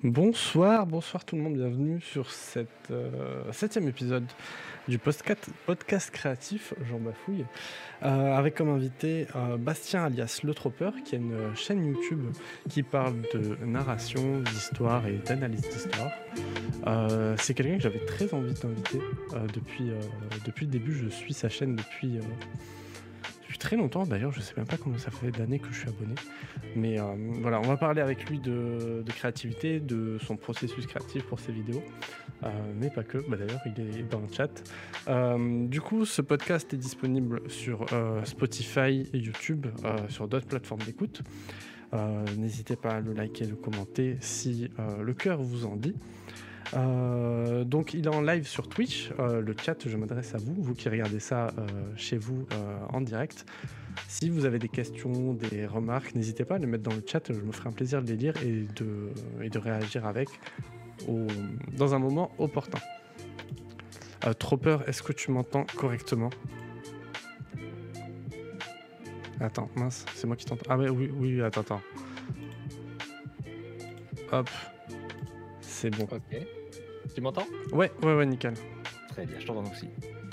Bonsoir tout le monde, bienvenue sur cette septième épisode du podcast créatif, j'en bafouille, avec comme invité Bastien alias Le Tropper, qui a une chaîne YouTube qui parle de narration, d'histoire et d'analyse d'histoire. C'est quelqu'un que j'avais très envie d'inviter depuis le début. Je suis sa chaîne depuis très longtemps d'ailleurs, je sais même pas combien ça fait d'années que je suis abonné, mais voilà, on va parler avec lui de créativité, de son processus créatif pour ses vidéos, mais pas que, d'ailleurs il est dans le chat. Du coup, ce podcast est disponible sur Spotify et YouTube, sur d'autres plateformes d'écoute. N'hésitez pas à le liker, le commenter si le cœur vous en dit. Donc il est en live sur Twitch, le chat, je m'adresse à vous qui regardez ça chez vous en direct. Si vous avez des questions, des remarques, n'hésitez pas à les mettre dans le chat, je me ferai un plaisir de les lire et de réagir avec dans un moment opportun. Tropper, est-ce que tu m'entends correctement? Attends, mince, c'est moi qui t'entends. Ah ouais, oui, attends. Hop, c'est bon. Ok. Tu m'entends? Ouais, nickel. Très bien, je t'entends aussi.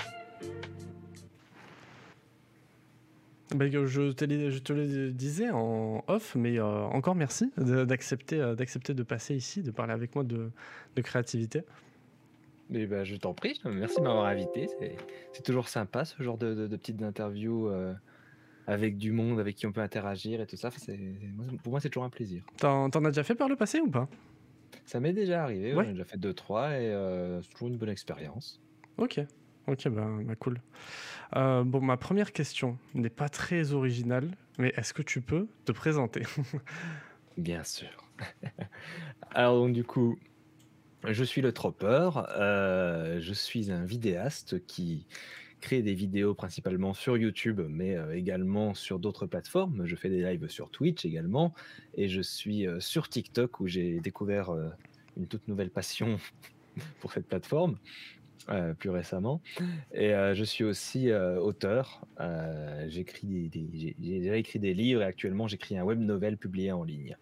Je te le disais en off, mais encore merci d'accepter de passer ici, de parler avec moi de créativité. Mais je t'en prie, merci de m'avoir invité. C'est toujours sympa ce genre de petites interviews avec du monde avec qui on peut interagir et tout ça. Pour moi, c'est toujours un plaisir. T'en as déjà fait par le passé ou pas? Ça m'est déjà arrivé, Ouais. j'en ai déjà fait 2-3 et c'est toujours une bonne expérience. Ok, cool. Bon, ma première question n'est pas très originale, mais est-ce que tu peux te présenter? Bien sûr. Alors donc du coup, je suis le Tropper, je suis un vidéaste qui crée des vidéos principalement sur YouTube, mais également sur d'autres plateformes. Je fais des lives sur Twitch également, et je suis sur TikTok où j'ai découvert une toute nouvelle passion pour cette plateforme plus récemment. Et je suis aussi auteur. J'ai déjà écrit des livres et actuellement j'écris un web novel publié en ligne.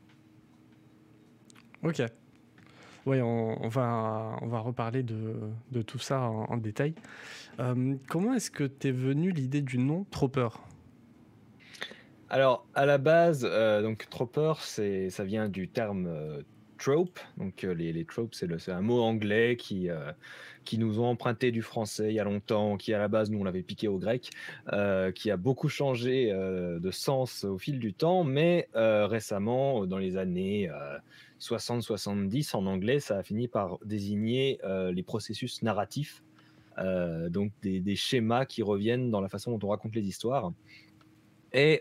Ok. Ouais, on va reparler de tout ça en détail. Comment est-ce que t'es venu l'idée du nom Tropper? Alors, à la base, donc Tropper, ça vient du terme trope. Donc, les tropes, c'est un mot anglais qui nous ont emprunté du français il y a longtemps, qui à la base, nous, on l'avait piqué au grec, qui a beaucoup changé de sens au fil du temps, mais récemment, dans les années 60-70, en anglais, ça a fini par désigner les processus narratifs, donc des schémas qui reviennent dans la façon dont on raconte les histoires. Et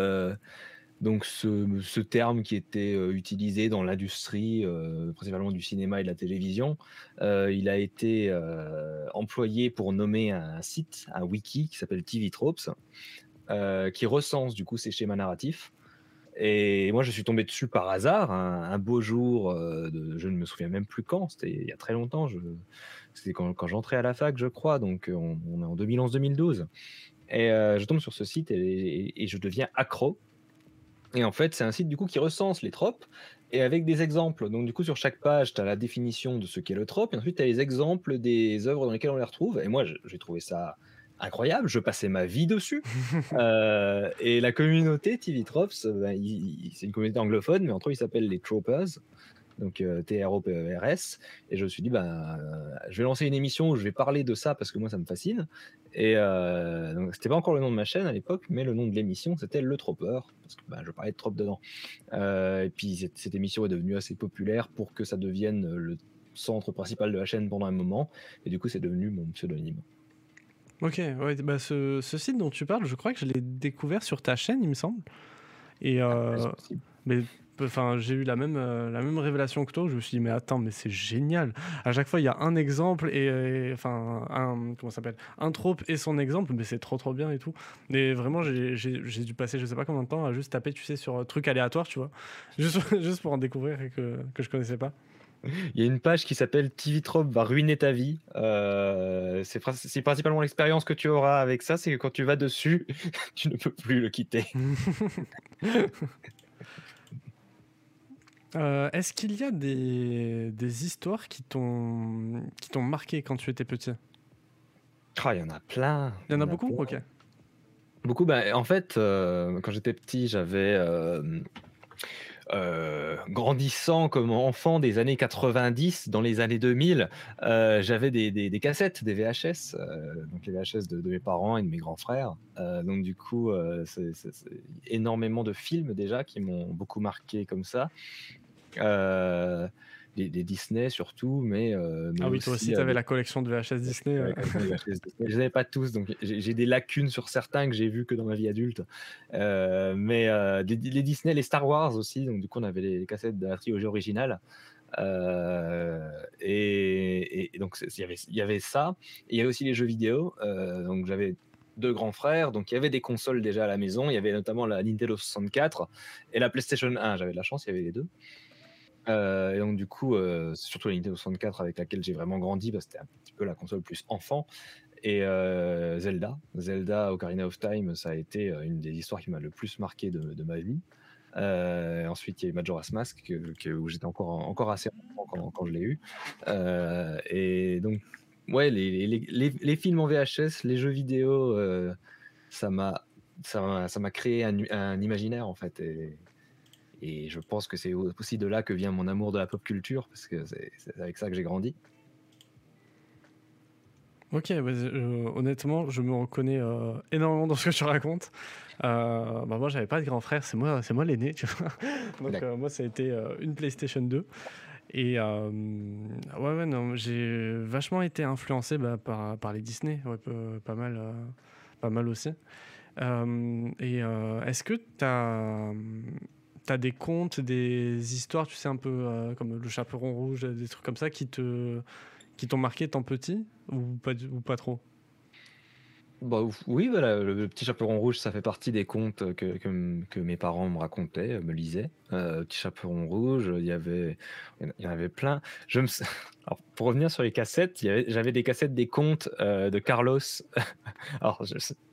donc ce terme qui était utilisé dans l'industrie, principalement du cinéma et de la télévision, il a été employé pour nommer un site, un wiki qui s'appelle TV Tropes, qui recense du coup ces schémas narratifs. Et moi, je suis tombé dessus par hasard, un beau jour, je ne me souviens même plus quand, c'était il y a très longtemps, c'était quand j'entrais à la fac, je crois, donc on est en 2011-2012. Et je tombe sur ce site et je deviens accro. Et en fait, c'est un site du coup qui recense les tropes et avec des exemples. Donc du coup, sur chaque page, tu as la définition de ce qu'est le trope et ensuite tu as les exemples des œuvres dans lesquelles on les retrouve. Et moi, j'ai trouvé ça incroyable. Je passais ma vie dessus. Et la communauté TV Tropes, c'est une communauté anglophone, mais entre eux, ils s'appellent les Tropers. Donc TROPERS, et je me suis dit je vais lancer une émission où je vais parler de ça parce que moi ça me fascine. Et donc c'était pas encore le nom de ma chaîne à l'époque, mais le nom de l'émission c'était Le Tropper parce que je parlais de trope dedans. Et puis cette émission est devenue assez populaire pour que ça devienne le centre principal de la chaîne pendant un moment, et du coup c'est devenu mon pseudonyme. Ok, ouais, ce site dont tu parles, je crois que je l'ai découvert sur ta chaîne, il me semble. Et C'est possible. mais enfin, j'ai eu la même révélation que toi, où je me suis dit mais attends, mais c'est génial. À chaque fois, il y a un exemple et enfin comment ça s'appelle, un trope et son exemple, mais c'est trop bien et tout. Mais vraiment, j'ai dû passer je sais pas combien de temps à juste taper, tu sais, sur truc aléatoire, tu vois, juste pour en découvrir et que je connaissais pas. Il y a une page qui s'appelle TV Trop va ruiner ta vie. C'est principalement l'expérience que tu auras avec ça, c'est que quand tu vas dessus, tu ne peux plus le quitter. Est-ce qu'il y a des histoires qui t'ont marqué quand tu étais petit? Ah, il y en a plein, Il y il en y a en a beaucoup? plein. OK. Beaucoup, bah, en fait, quand j'étais petit, j'avais, grandissant comme enfant des années 90, dans les années 2000, j'avais des cassettes, des VHS, donc les VHS de mes parents et de mes grands frères. Donc du coup, c'est énormément de films déjà qui m'ont beaucoup marqué comme ça. Heu, des Disney surtout, mais Ah oui, toi aussi, aussi, tu avais des la collection de VHS Disney, la collection des VHS Disney. Je les avais pas tous, donc j'ai des lacunes sur certains que j'ai vus que dans ma vie adulte. Les Disney, les Star Wars aussi, donc du coup, on avait les cassettes de la trilogie originale. Et donc il y avait ça, et il y avait aussi les jeux vidéo. Donc j'avais 2 grands frères, donc il y avait des consoles déjà à la maison. Il y avait notamment la Nintendo 64 et la PlayStation 1. J'avais de la chance, il y avait les 2. Et donc du coup, c'est surtout la Nintendo 64 avec laquelle j'ai vraiment grandi, parce que c'était un petit peu la console plus enfant. Et Zelda Ocarina of Time, ça a été, une des histoires qui m'a le plus marqué de ma vie. Ensuite, il y a eu Majora's Mask où j'étais encore assez enfant quand je l'ai eu. Et donc ouais, les films en VHS, les jeux vidéo, ça m'a ça m'a créé un imaginaire, en fait. Et je pense que c'est aussi de là que vient mon amour de la pop culture, parce que c'est avec ça que j'ai grandi. OK, ouais, honnêtement, je me reconnais, énormément dans ce que tu racontes. Bah, moi, j'avais pas de grand frère, c'est moi l'aîné, tu vois? Donc D'accord. moi, ça a été, une PlayStation 2 et ouais, ouais, non, j'ai vachement été influencé, bah, par les Disney, ouais, pas mal aussi. Et est-ce que tu as des contes, des histoires, tu sais, un peu, comme Le Chaperon Rouge, des trucs comme ça qui t'ont marqué étant petit ou pas trop? Bah, oui, voilà, le Petit Chaperon Rouge, ça fait partie des contes que mes parents me racontaient, me lisaient. Petit Chaperon Rouge, il y en avait plein. Alors, pour revenir sur les cassettes, j'avais des cassettes des contes, de Carlos. Alors,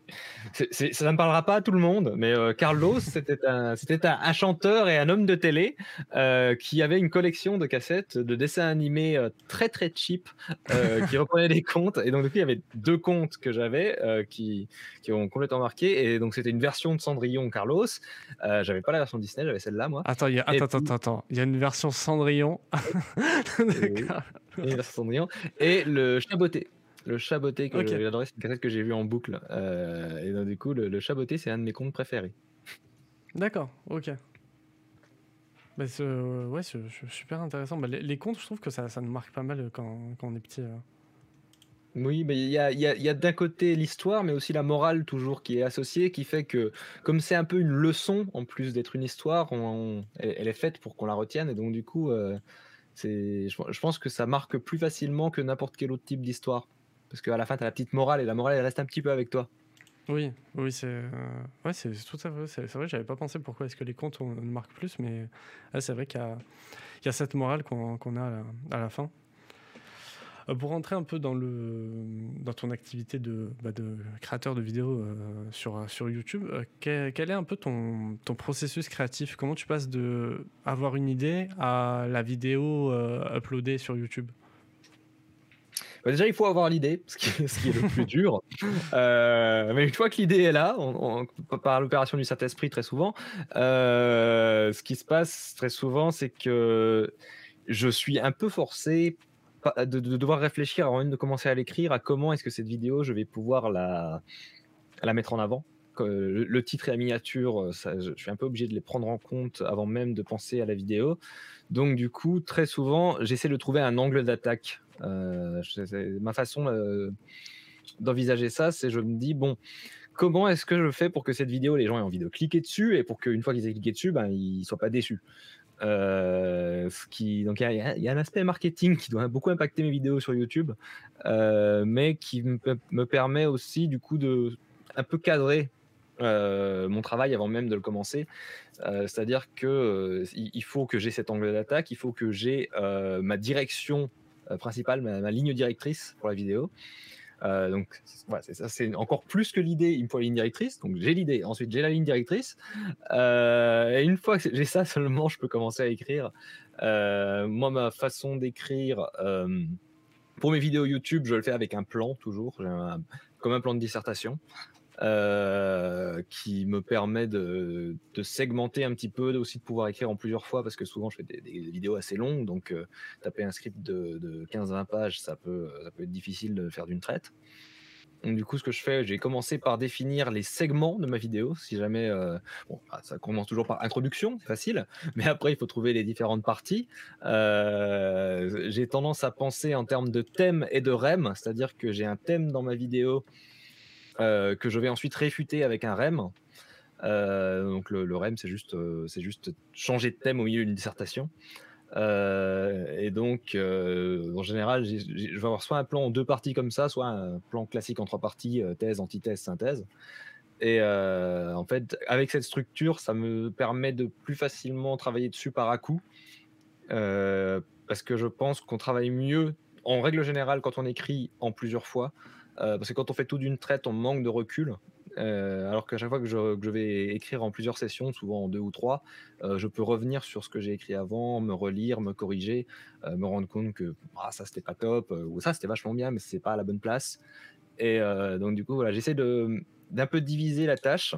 ça ne parlera pas à tout le monde, mais Carlos, c'était un chanteur et un homme de télé, qui avait une collection de cassettes de dessins animés, très, très cheap, qui reprenaient des contes. Et donc du coup, il y avait 2 contes que j'avais, qui ont complètement marqué. Et donc c'était une version de Cendrillon Carlos. J'avais pas la version Disney, j'avais celle-là moi. Attends, Et attends, puis attends, attends. Il y a une version Cendrillon. oui, D'accord. et la version Cendrillon et le Chaboté. Le Chaboté que Ok, j'adorais, c'est une cassette que j'ai vue en boucle. Et donc du coup, le Chaboté, c'est un de mes contes préférés. d'accord, ok. Bah, ouais, c'est super intéressant. Bah, les contes, je trouve que ça nous marque pas mal quand on est petit. Oui, mais il y a d'un côté l'histoire, mais aussi la morale toujours qui est associée, qui fait que, comme c'est un peu une leçon, en plus d'être une histoire, elle est faite pour qu'on la retienne. Et donc du coup, je pense que ça marque plus facilement que n'importe quel autre type d'histoire. Parce qu'à la fin, tu as la petite morale, et la morale, elle reste un petit peu avec toi. Oui, oui, ouais, c'est tout à fait. C'est vrai, j'avais pas pensé pourquoi est-ce que les contes nous marquent plus, mais ouais, c'est vrai qu'il y a cette morale qu'on a à la fin. Pour rentrer un peu dans ton activité de créateur de vidéos sur YouTube, quel est un peu ton processus créatif? Comment tu passes de avoir une idée à la vidéo uploadée sur YouTube? Bah, déjà, il faut avoir l'idée, ce qui est le plus dur. Mais une fois que l'idée est là, par l'opération du Saint-Esprit très souvent, ce qui se passe très souvent, c'est que je suis un peu forcé de devoir réfléchir avant même de commencer à l'écrire, à comment est-ce que cette vidéo, je vais pouvoir la mettre en avant. Le titre et la miniature, ça, je suis un peu obligé de les prendre en compte avant même de penser à la vidéo. Donc du coup, très souvent, j'essaie de trouver un angle d'attaque. Ma façon d'envisager ça, c'est je me dis, bon, comment est-ce que je fais pour que cette vidéo, les gens aient envie de cliquer dessus, et pour qu'une fois qu'ils aient cliqué dessus, ben, ils ne soient pas déçus. Donc il y a un aspect marketing qui doit beaucoup impacter mes vidéos sur YouTube, mais qui me permet aussi du coup de un peu cadrer mon travail avant même de le commencer. C'est-à-dire que il faut que j'ai cet angle d'attaque, il faut que j'ai ma direction principale, ma ligne directrice pour la vidéo. Donc voilà, c'est ça, c'est encore plus que l'idée, il me faut la ligne directrice. Donc j'ai l'idée, ensuite j'ai la ligne directrice. Et une fois que j'ai ça seulement, je peux commencer à écrire. Moi, ma façon d'écrire, pour mes vidéos YouTube, je le fais avec un plan toujours, comme un plan de dissertation. Qui me permet de segmenter un petit peu, aussi de pouvoir écrire en plusieurs fois, parce que souvent je fais des vidéos assez longues, donc taper un script de 15-20 pages, ça peut être difficile de le faire d'une traite. Donc du coup, ce que je fais, j'ai commencé par définir les segments de ma vidéo, si jamais... bon, ça commence toujours par introduction, c'est facile, mais après il faut trouver les différentes parties. J'ai tendance à penser en termes de thème et de rem, c'est-à-dire que j'ai un thème dans ma vidéo que je vais ensuite réfuter avec un REM. Donc le REM, c'est juste changer de thème au milieu d'une dissertation. Et donc, en général, je vais avoir soit un plan en 2 parties comme ça, soit un plan classique en 3 parties, thèse, antithèse, synthèse. Et en fait, avec cette structure, ça me permet de plus facilement travailler dessus par à-coup. Parce que je pense qu'on travaille mieux, en règle générale, quand on écrit en plusieurs fois. Parce que quand on fait tout d'une traite, on manque de recul. Alors qu'à chaque fois que je vais écrire en plusieurs sessions, souvent en 2 ou 3, je peux revenir sur ce que j'ai écrit avant, me relire, me corriger, me rendre compte que ça c'était pas top, ou ça c'était vachement bien, mais c'est pas à la bonne place. Et donc du coup, voilà, j'essaie d'un peu diviser la tâche.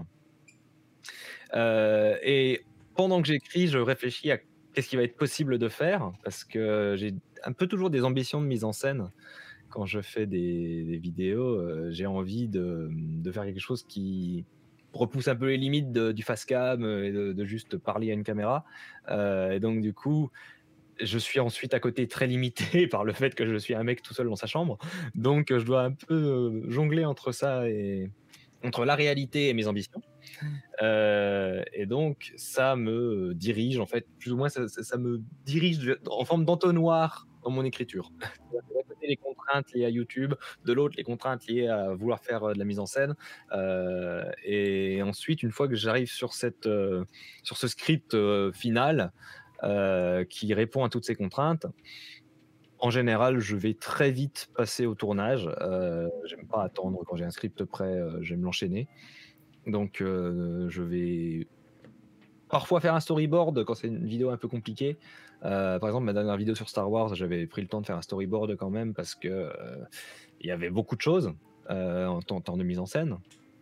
Et pendant que j'écris, je réfléchis à qu'est-ce qui va être possible de faire, parce que j'ai un peu toujours des ambitions de mise en scène. Quand je fais des vidéos, j'ai envie de faire quelque chose qui repousse un peu les limites du face cam, et de juste parler à une caméra. Et donc du coup, je suis ensuite à côté très limité par le fait que je suis un mec tout seul dans sa chambre. Donc je dois un peu, jongler entre ça et entre la réalité et mes ambitions. Et donc ça me dirige, en fait, plus ou moins ça me dirige en forme d'entonnoir dans mon écriture. D'un côté les contraintes liées à YouTube, de l'autre les contraintes liées à vouloir faire, de la mise en scène. Et ensuite, une fois que j'arrive sur ce script, final, qui répond à toutes ces contraintes, en général, je vais très vite passer au tournage. J'aime pas attendre quand j'ai un script prêt, j'aime l'enchaîner. Donc je vais parfois faire un storyboard quand c'est une vidéo un peu compliquée. Par exemple, ma dernière vidéo sur Star Wars, j'avais pris le temps de faire un storyboard quand même, parce que il y avait beaucoup de choses en temps de mise en scène.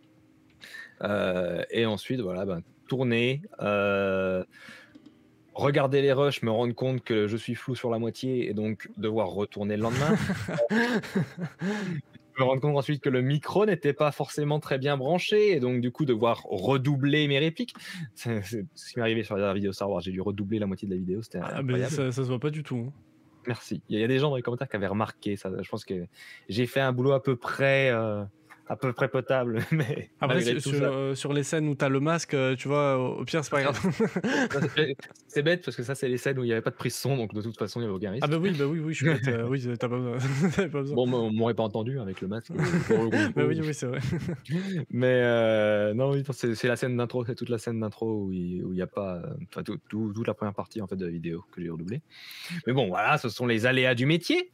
Et ensuite, voilà, tourner, regarder les rushs, me rendre compte que je suis flou sur la moitié et donc devoir retourner le lendemain. Me rendre compte ensuite que le micro n'était pas forcément très bien branché et donc du coup devoir redoubler mes répliques. C'est ce qui m'est arrivé sur la vidéo Star Wars, j'ai dû redoubler la moitié de la vidéo, c'était Ah, mais incroyable. ça se voit pas du tout, hein. Merci. Il y a des gens dans les commentaires qui avaient remarqué ça. Je pense que j'ai fait un boulot à peu près potable, mais Après, malgré tout ça. sur les scènes où tu as le masque, tu vois, au pire, c'est pas grave. C'est bête parce que ça, c'est les scènes où il n'y avait pas de prise son, donc de toute façon, il n'y avait aucun Ah risque. bah oui, je suis bête, oui, tu pas besoin tu pas besoin. Bon, on m'aurait pas entendu avec le masque, pour le Bah coup. oui, c'est vrai. Mais non, oui, c'est la scène d'intro, c'est toute la scène d'intro où il y a pas, enfin toute la première partie en fait de la vidéo que j'ai redoublée. Mais bon, voilà, ce sont les aléas du métier.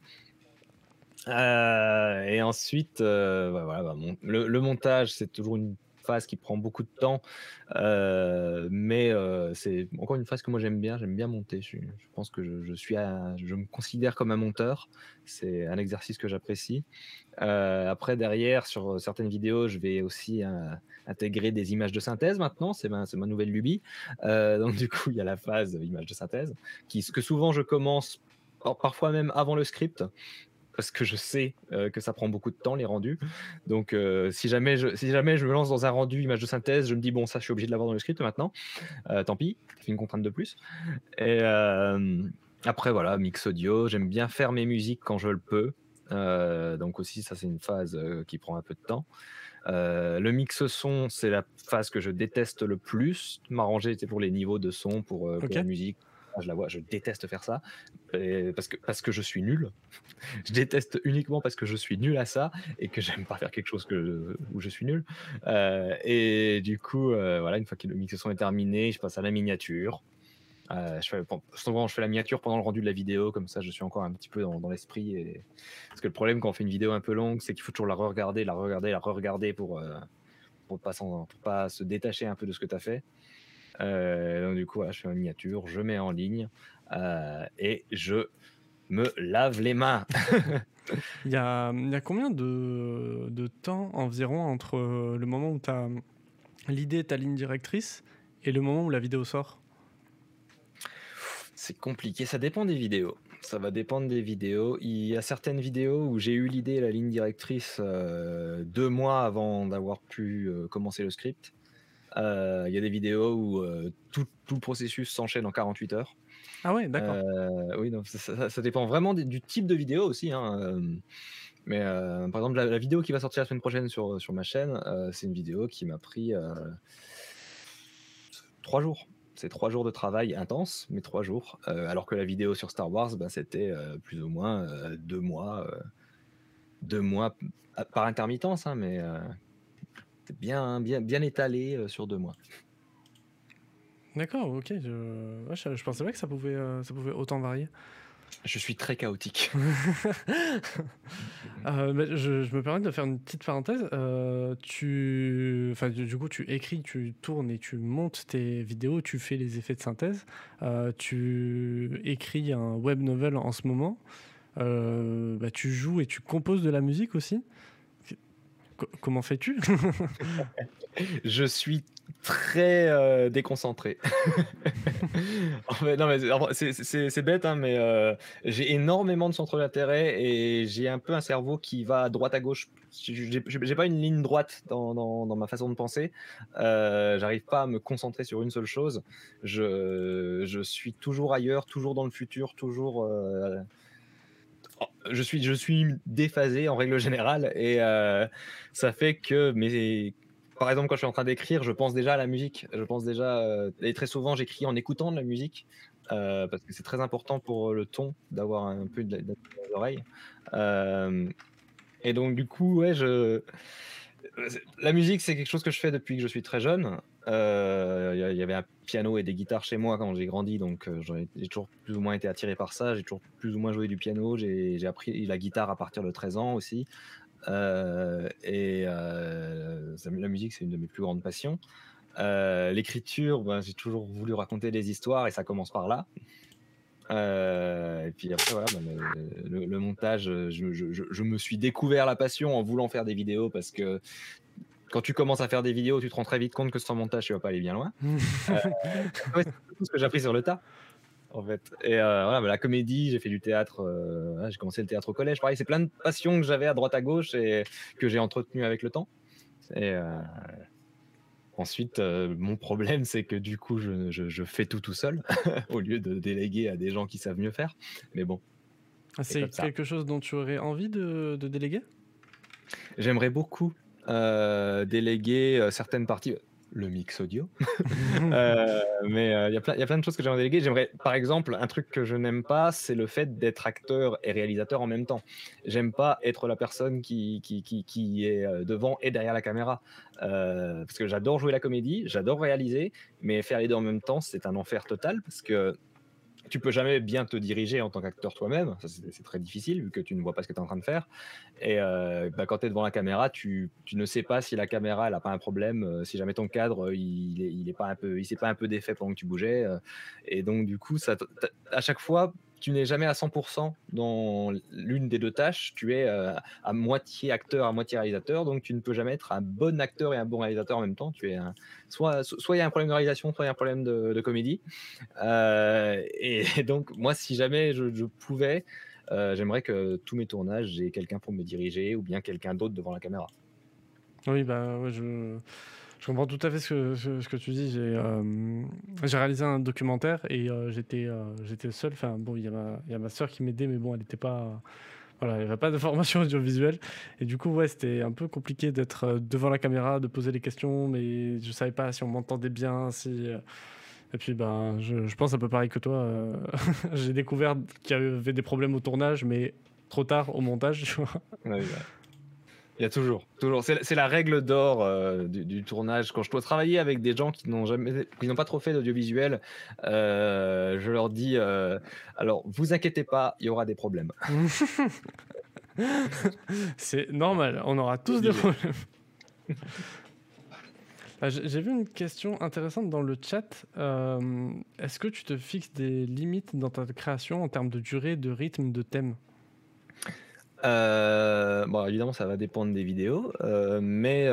Et ensuite, voilà, le montage, c'est toujours une phase qui prend beaucoup de temps, mais c'est encore une phase que moi j'aime bien monter. Je pense que je me considère comme un monteur. C'est un exercice que j'apprécie. Après derrière, sur certaines vidéos, je vais aussi intégrer des images de synthèse maintenant, c'est ma nouvelle lubie. Donc du coup, il y a la phase images de synthèse que souvent je commence parfois même avant le script, parce que je sais que ça prend beaucoup de temps les rendus. Donc si jamais je me lance dans un rendu image de synthèse, je me dis bon, ça je suis obligé de l'avoir dans le script maintenant. Tant pis, c'est une contrainte de plus. Et après voilà, mix audio, j'aime bien faire mes musiques quand je le peux. Donc aussi ça c'est une phase qui prend un peu de temps. Le mix son, c'est la phase que je déteste le plus. M'arranger pour les niveaux de son, pour que la OK. musique, je la vois, je déteste faire ça. Parce que je suis nul. Je déteste uniquement parce que je suis nul à ça et que j'aime pas faire quelque chose où je suis nul. Et du coup, voilà, une fois que le mix son est terminé, je passe à la miniature. Souvent, je fais la miniature pendant le rendu de la vidéo, comme ça je suis encore un petit peu dans l'esprit. Parce que le problème quand on fait une vidéo un peu longue, c'est qu'il faut toujours la re-regarder, la re-regarder pour pas se détacher un peu de ce que tu as fait. Donc du coup, voilà, je fais ma miniature, je mets en ligne et je me lave les mains. Il y a combien de temps environ entre le moment où tu as l'idée, ta ligne directrice, et le moment où la vidéo sort? C'est compliqué, ça dépend des vidéos. Ça va dépendre des vidéos. Il y a certaines vidéos où j'ai eu l'idée, la ligne directrice, 2 mois avant d'avoir pu commencer le script. Il y a des vidéos où tout le processus s'enchaîne en 48 heures. Ah ouais, d'accord. Oui, donc ça dépend vraiment du type de vidéo aussi, hein, mais par exemple, la vidéo qui va sortir la semaine prochaine sur ma chaîne, c'est une vidéo qui m'a pris 3 jours. C'est 3 jours de travail intense, mais 3 jours, alors que la vidéo sur Star Wars, bah, c'était plus ou moins 2 mois, 2 mois par intermittence, hein, mais c'est bien étalé sur 2 mois. D'accord, ok. Ouais, je pensais pas que ça pouvait autant varier. Je suis très chaotique. Mais je me permets de faire une petite parenthèse. Du coup, tu écris, tu tournes et tu montes tes vidéos, tu fais les effets de synthèse. Tu écris un web novel en ce moment. Tu joues et tu composes de la musique aussi. Comment fais-tu? Je suis très déconcentré. En fait, non, mais c'est bête, hein, mais j'ai énormément de centres d'intérêt et j'ai un peu un cerveau qui va à droite à gauche. J'ai pas une ligne droite dans ma façon de penser. J'arrive pas à me concentrer sur une seule chose. Je suis toujours ailleurs, toujours dans le futur, toujours. Je suis déphasé en règle générale et ça fait que par exemple, quand je suis en train d'écrire, je pense déjà à la musique. Je pense déjà, et très souvent, j'écris en écoutant de la musique, parce que c'est très important pour le ton d'avoir un peu de l'oreille. Et donc, du coup, ouais, la musique, c'est quelque chose que je fais depuis que je suis très jeune. Il y avait un piano et des guitares chez moi quand j'ai grandi, donc j'ai toujours plus ou moins été attiré par ça. J'ai toujours plus ou moins joué du piano. J'ai appris la guitare à partir de 13 ans aussi. La musique, c'est une de mes plus grandes passions. L'écriture, ben, j'ai toujours voulu raconter des histoires et ça commence par là. Et puis après, voilà, le montage, je me suis découvert la passion en voulant faire des vidéos parce que quand tu commences à faire des vidéos, tu te rends très vite compte que sans montage, tu vas pas aller bien loin. Ouais, c'est tout ce que j'ai appris sur le tas, en fait. Et voilà, la comédie, j'ai fait du théâtre, j'ai commencé le théâtre au collège. Pareil, c'est plein de passions que j'avais à droite à gauche et que j'ai entretenues avec le temps. Et ensuite, mon problème, c'est que du coup, je fais tout seul au lieu de déléguer à des gens qui savent mieux faire. Mais bon, C'est comme ça. quelque chose dont tu aurais envie de déléguer? J'aimerais beaucoup déléguer certaines parties, le mix audio. Mais il y a plein de choses que j'aimerais déléguer. J'aimerais, par exemple, un truc que je n'aime pas, c'est le fait d'être acteur et réalisateur en même temps. J'aime pas être la personne qui est devant et derrière la caméra. Parce que j'adore jouer la comédie, j'adore réaliser, mais faire les deux en même temps, c'est un enfer total parce que tu peux jamais bien te diriger en tant qu'acteur toi-même. Ça, c'est très difficile vu que tu ne vois pas ce que tu es en train de faire. Et quand tu es devant la caméra, tu ne sais pas si la caméra elle a pas un problème, si jamais ton cadre il s'est pas un peu défait pendant que tu bougeais. Et donc du coup, à chaque fois, tu n'es jamais à 100% dans l'une des deux tâches. Tu es à moitié acteur, à moitié réalisateur. Donc tu ne peux jamais être un bon acteur et un bon réalisateur en même temps. Soit il y a un problème de réalisation, soit il y a un problème de comédie. Et donc, moi, si jamais je pouvais, j'aimerais que tous mes tournages, j'ai quelqu'un pour me diriger ou bien quelqu'un d'autre devant la caméra. Oui, bah ouais, je comprends tout à fait ce que tu dis. J'ai réalisé un documentaire et j'étais seul. Enfin, bon, il y a ma soeur qui m'aidait, mais bon, elle n'était pas. Voilà, il n'y avait pas de formation audiovisuelle. Et du coup, ouais, c'était un peu compliqué d'être devant la caméra, de poser les questions, mais je savais pas si on m'entendait bien, si. Et puis, ben, je pense un peu pareil que toi. J'ai découvert qu'il y avait des problèmes au tournage, mais trop tard au montage, tu vois. Ouais, ouais. Il y a toujours, toujours. C'est la règle d'or du tournage. Quand je dois travailler avec des gens qui n'ont pas trop fait d'audiovisuel, je leur dis alors, vous inquiétez pas, il y aura des problèmes. C'est normal, on aura tous des Obligé. problèmes. J'ai vu une question intéressante dans le chat. Est-ce que tu te fixes des limites dans ta création en termes de durée, de rythme, de thème? Bon, évidemment, ça va dépendre des vidéos, mais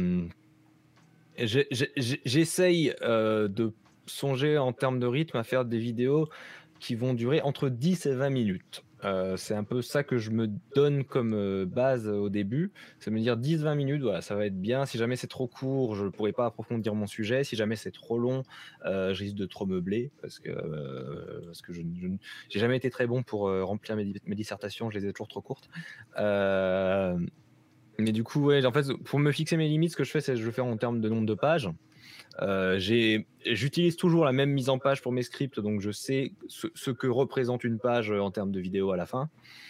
j'essaye de songer en termes de rythme à faire des vidéos qui vont durer entre 10 et 20 minutes. C'est un peu ça que je me donne comme base au début. C'est me dire 10-20 minutes, voilà, ça va être bien. Si jamais c'est trop court, je ne pourrai pas approfondir mon sujet. Si jamais c'est trop long, je risque de trop meubler parce que j'ai jamais été très bon pour remplir mes dissertations. Je les ai toujours trop courtes. Mais du coup, ouais, en fait, pour me fixer mes limites, ce que je fais, c'est que je le fais en termes de nombre de pages. J'utilise toujours la même mise en page pour mes scripts, donc je sais ce que représente une page en termes de vidéo à la fin.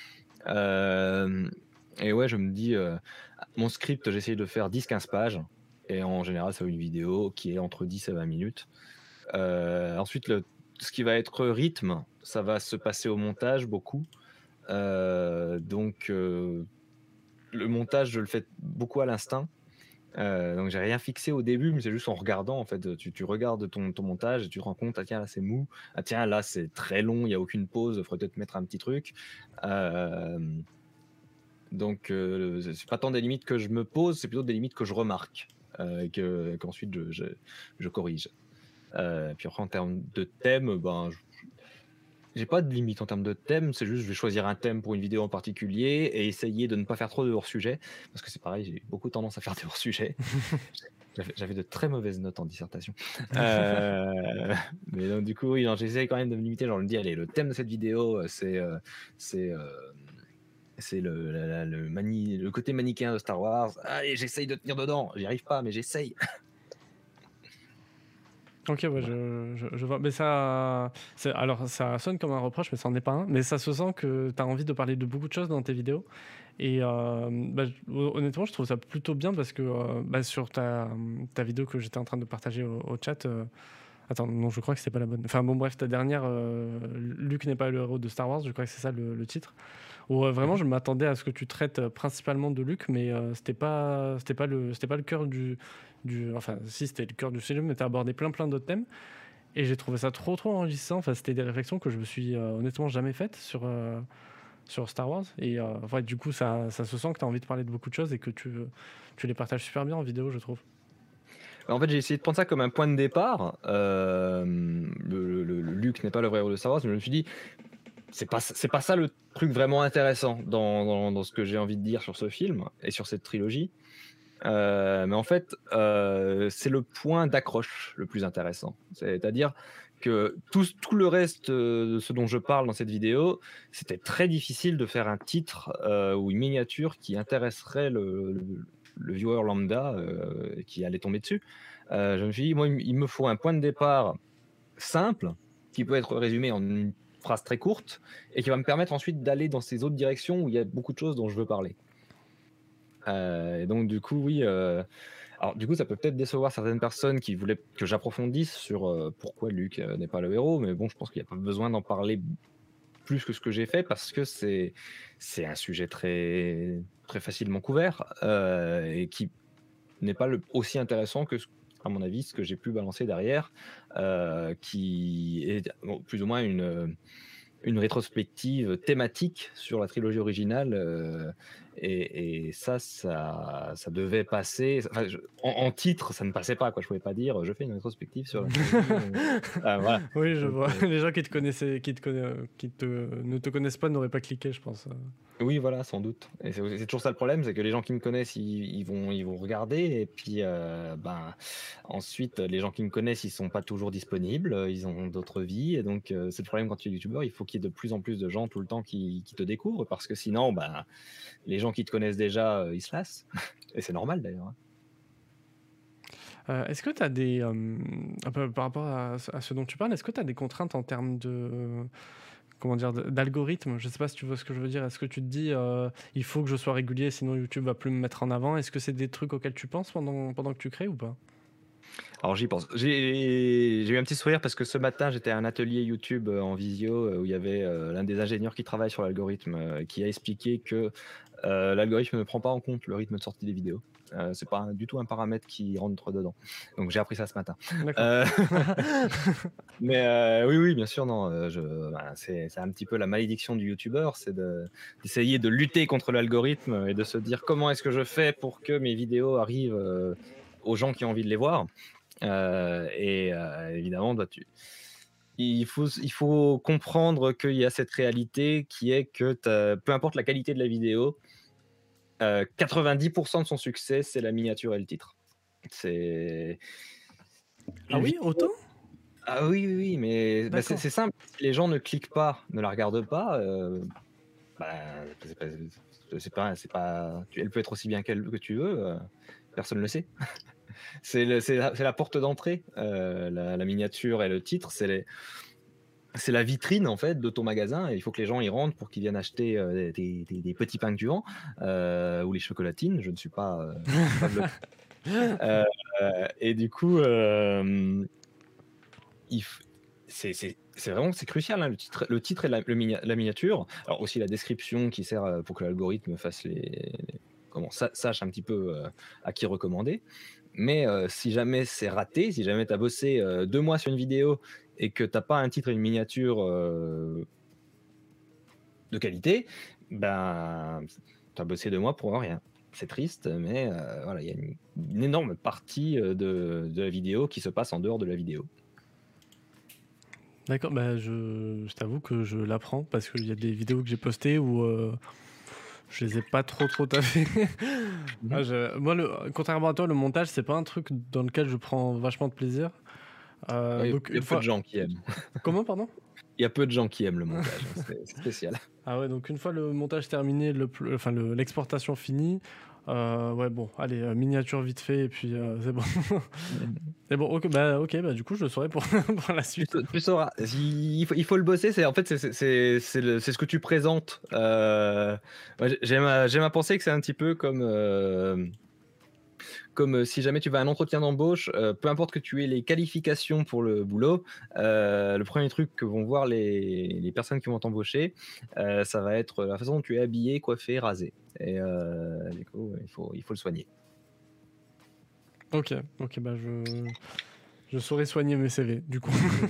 Et ouais, je me dis, mon script, j'essaye de faire 10-15 pages, et en général, ça vaut une vidéo qui est entre 10 et 20 minutes. Ensuite, ce qui va être rythme, ça va se passer au montage beaucoup. Donc, le montage, je le fais beaucoup à l'instinct. Donc j'ai rien fixé au début, mais c'est juste en regardant en fait. Tu regardes ton montage et tu te rends compte, ah tiens là c'est mou, ah tiens là c'est très long, il n'y a aucune pause, il faudrait peut-être mettre un petit truc. Donc c'est pas tant des limites que je me pose, c'est plutôt des limites que je remarque, qu'ensuite je corrige. Puis après en termes de thème, ben j'ai pas de limite en termes de thème, c'est juste je vais choisir un thème pour une vidéo en particulier et essayer de ne pas faire trop de hors-sujet, parce que c'est pareil, j'ai beaucoup tendance à faire des hors-sujets. J'avais de très mauvaises notes en dissertation. Mais donc du coup, oui, j'essaie quand même de me limiter. Genre, je me dis, allez, le thème de cette vidéo, c'est le côté manichéen de Star Wars. Allez, j'essaye de tenir dedans. J'y arrive pas, mais j'essaye. Ok, ouais, je vois. Mais alors, ça sonne comme un reproche, mais ça n'en est pas un. Mais ça se sent que tu as envie de parler de beaucoup de choses dans tes vidéos. Et honnêtement, je trouve ça plutôt bien parce que sur ta vidéo que j'étais en train de partager au chat. Attends, non, je crois que c'était pas la bonne. Enfin bon, bref, ta dernière, Luke n'est pas le héros de Star Wars, je crois que c'est ça le titre. Où vraiment, je m'attendais à ce que tu traites principalement de Luke, mais c'était pas le cœur enfin, si c'était le cœur du sujet, mais t'as abordé plein d'autres thèmes. Et j'ai trouvé ça trop enrichissant. Enfin, c'était des réflexions que je me suis honnêtement jamais faites sur Star Wars. Et ouais, du coup, ça se sent que tu as envie de parler de beaucoup de choses et que tu les partages super bien en vidéo, je trouve. En fait, j'ai essayé de prendre ça comme un point de départ. Le Luke n'est pas le vrai héros de Star Wars, mais je me suis dit, c'est pas ça le truc vraiment intéressant dans ce que j'ai envie de dire sur ce film et sur cette trilogie. Mais en fait, c'est le point d'accroche le plus intéressant. C'est-à-dire que tout le reste de ce dont je parle dans cette vidéo, c'était très difficile de faire un titre ou une miniature qui intéresserait le viewer lambda qui allait tomber dessus. Je me suis dit, moi, il me faut un point de départ simple qui peut être résumé en une phrase très courte et qui va me permettre ensuite d'aller dans ces autres directions où il y a beaucoup de choses dont je veux parler. Et donc du coup, oui. Alors du coup, ça peut peut-être décevoir certaines personnes qui voulaient que j'approfondisse sur pourquoi Luke n'est pas le héros, mais bon, je pense qu'il n'y a pas besoin d'en parler plus que ce que j'ai fait parce que c'est un sujet très très facilement couvert et qui n'est pas aussi intéressant que, à mon avis, ce que j'ai pu balancer derrière, qui est plus ou moins une rétrospective thématique sur la trilogie originale. Et ça devait passer. Enfin, en titre, ça ne passait pas, quoi. Je pouvais pas dire je fais une rétrospective sur la trilogie. Voilà. Oui, je vois. Les gens qui ne te connaissent pas n'auraient pas cliqué, je pense. Oui, voilà, sans doute. Et c'est toujours ça le problème, c'est que les gens qui me connaissent, ils vont regarder, et puis ensuite, les gens qui me connaissent, ils sont pas toujours disponibles, ils ont d'autres vies, et donc c'est le problème quand tu es youtubeur, il faut qu'il y ait de plus en plus de gens tout le temps qui te découvrent, parce que sinon, les gens qui te connaissent déjà, ils se lassent, et c'est normal d'ailleurs. Est-ce que tu as par rapport à ce dont tu parles, est-ce que tu as des contraintes en termes de comment dire, d'algorithme. Je sais pas si tu vois ce que je veux dire. Est-ce que tu te dis, il faut que je sois régulier, sinon YouTube va plus me mettre en avant? Est-ce que c'est des trucs auxquels tu penses pendant que tu crées ou pas? Alors j'y pense. J'ai eu un petit sourire parce que ce matin, j'étais à un atelier YouTube, en visio, où il y avait, l'un des ingénieurs qui travaille sur l'algorithme, qui a expliqué que, l'algorithme ne prend pas en compte le rythme de sortie des vidéos. C'est pas du tout un paramètre qui rentre dedans. Donc j'ai appris ça ce matin. D'accord. Heu, mais oui, oui, bien sûr, non, c'est un petit peu la malédiction du youtubeur, c'est d'essayer de lutter contre l'algorithme et de se dire: «Comment est-ce que je fais pour que mes vidéos arrivent, aux gens qui ont envie de les voir?» Évidemment, bah, il faut comprendre qu'il y a cette réalité qui est que peu importe la qualité de la vidéo, 90 de son succès, c'est la miniature et le titre. C'est Ah une oui, autant? vidéo. Ah oui, oui, oui, mais bah, c'est D'accord. c'est simple, si les gens ne cliquent pas, ne la regardent pas, bah, c'est pas elle peut être aussi bien que tu veux, personne ne le sait. C'est la porte d'entrée, la miniature et le titre, c'est la vitrine en fait de ton magasin et il faut que les gens y rentrent pour qu'ils viennent acheter, des petits pains que tu vends, ou les chocolatines. Je ne suis pas, capable de heu et du coup, il f c'est vraiment c'est crucial, hein, le titre et la miniature. Alors aussi la description qui sert, pour que l'algorithme fasse sache un petit peu, à qui recommander. Mais si jamais c'est raté, si jamais tu as bossé, 2 mois sur une vidéo et que tu as pas un titre et une miniature, de qualité, ben, tu as bossé 2 mois pour rien. C'est triste, mais voilà, il y a une énorme partie, de la vidéo qui se passe en dehors de la vidéo. D'accord, bah, je t'avoue que je l'apprends parce qu'il y a des vidéos que j'ai postées où, je les ai pas trop taffées. Mmh Ah, moi, contrairement à toi, le montage, c'est pas un truc dans lequel je prends vachement de plaisir. Oui, Donc il y a une peu de fois gens qui aiment. comment, pardon? Il y a peu de gens qui aiment le montage, hein, c'est spécial. Ah ouais, donc une fois le montage terminé, l'exportation finie, ouais, bon, allez, miniature vite fait et puis, c'est bon. C'est bon, OK, bah, du coup, je le saurai pour pour la suite. Tu sauras. Il faut le bosser, c'est en fait, c'est ce que tu présentes. Moi, j'aime à penser que c'est un petit peu comme si jamais tu vas à un entretien d'embauche, peu importe que tu aies les qualifications pour le boulot, le premier truc que vont voir les personnes qui vont t'embaucher, ça va être la façon dont tu es habillé, coiffé, rasé et du coup, il faut le soigner. OK, OK, bah, je saurai soigner mes CV, du coup.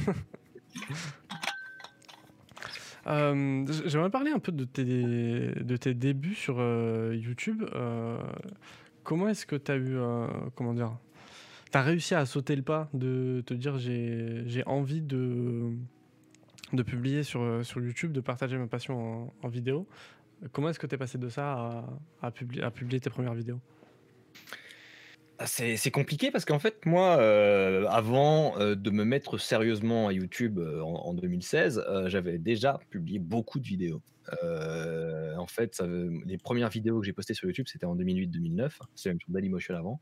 J'aimerais parler un peu de tes débuts sur, YouTube. Comment est-ce que tu as eu, comment dire? Tu as réussi à sauter le pas de te dire: «J'ai envie de publier sur YouTube, de partager ma passion en vidéo». Comment est-ce que tu es passé de ça à publier tes premières vidéos? Ah, c'est compliqué parce qu'en fait, moi, avant, de me mettre sérieusement à YouTube, en 2016, j'avais déjà publié beaucoup de vidéos. En fait, les premières vidéos que j'ai postées sur YouTube, c'était en 2008-2009. C'est même sur Dailymotion avant,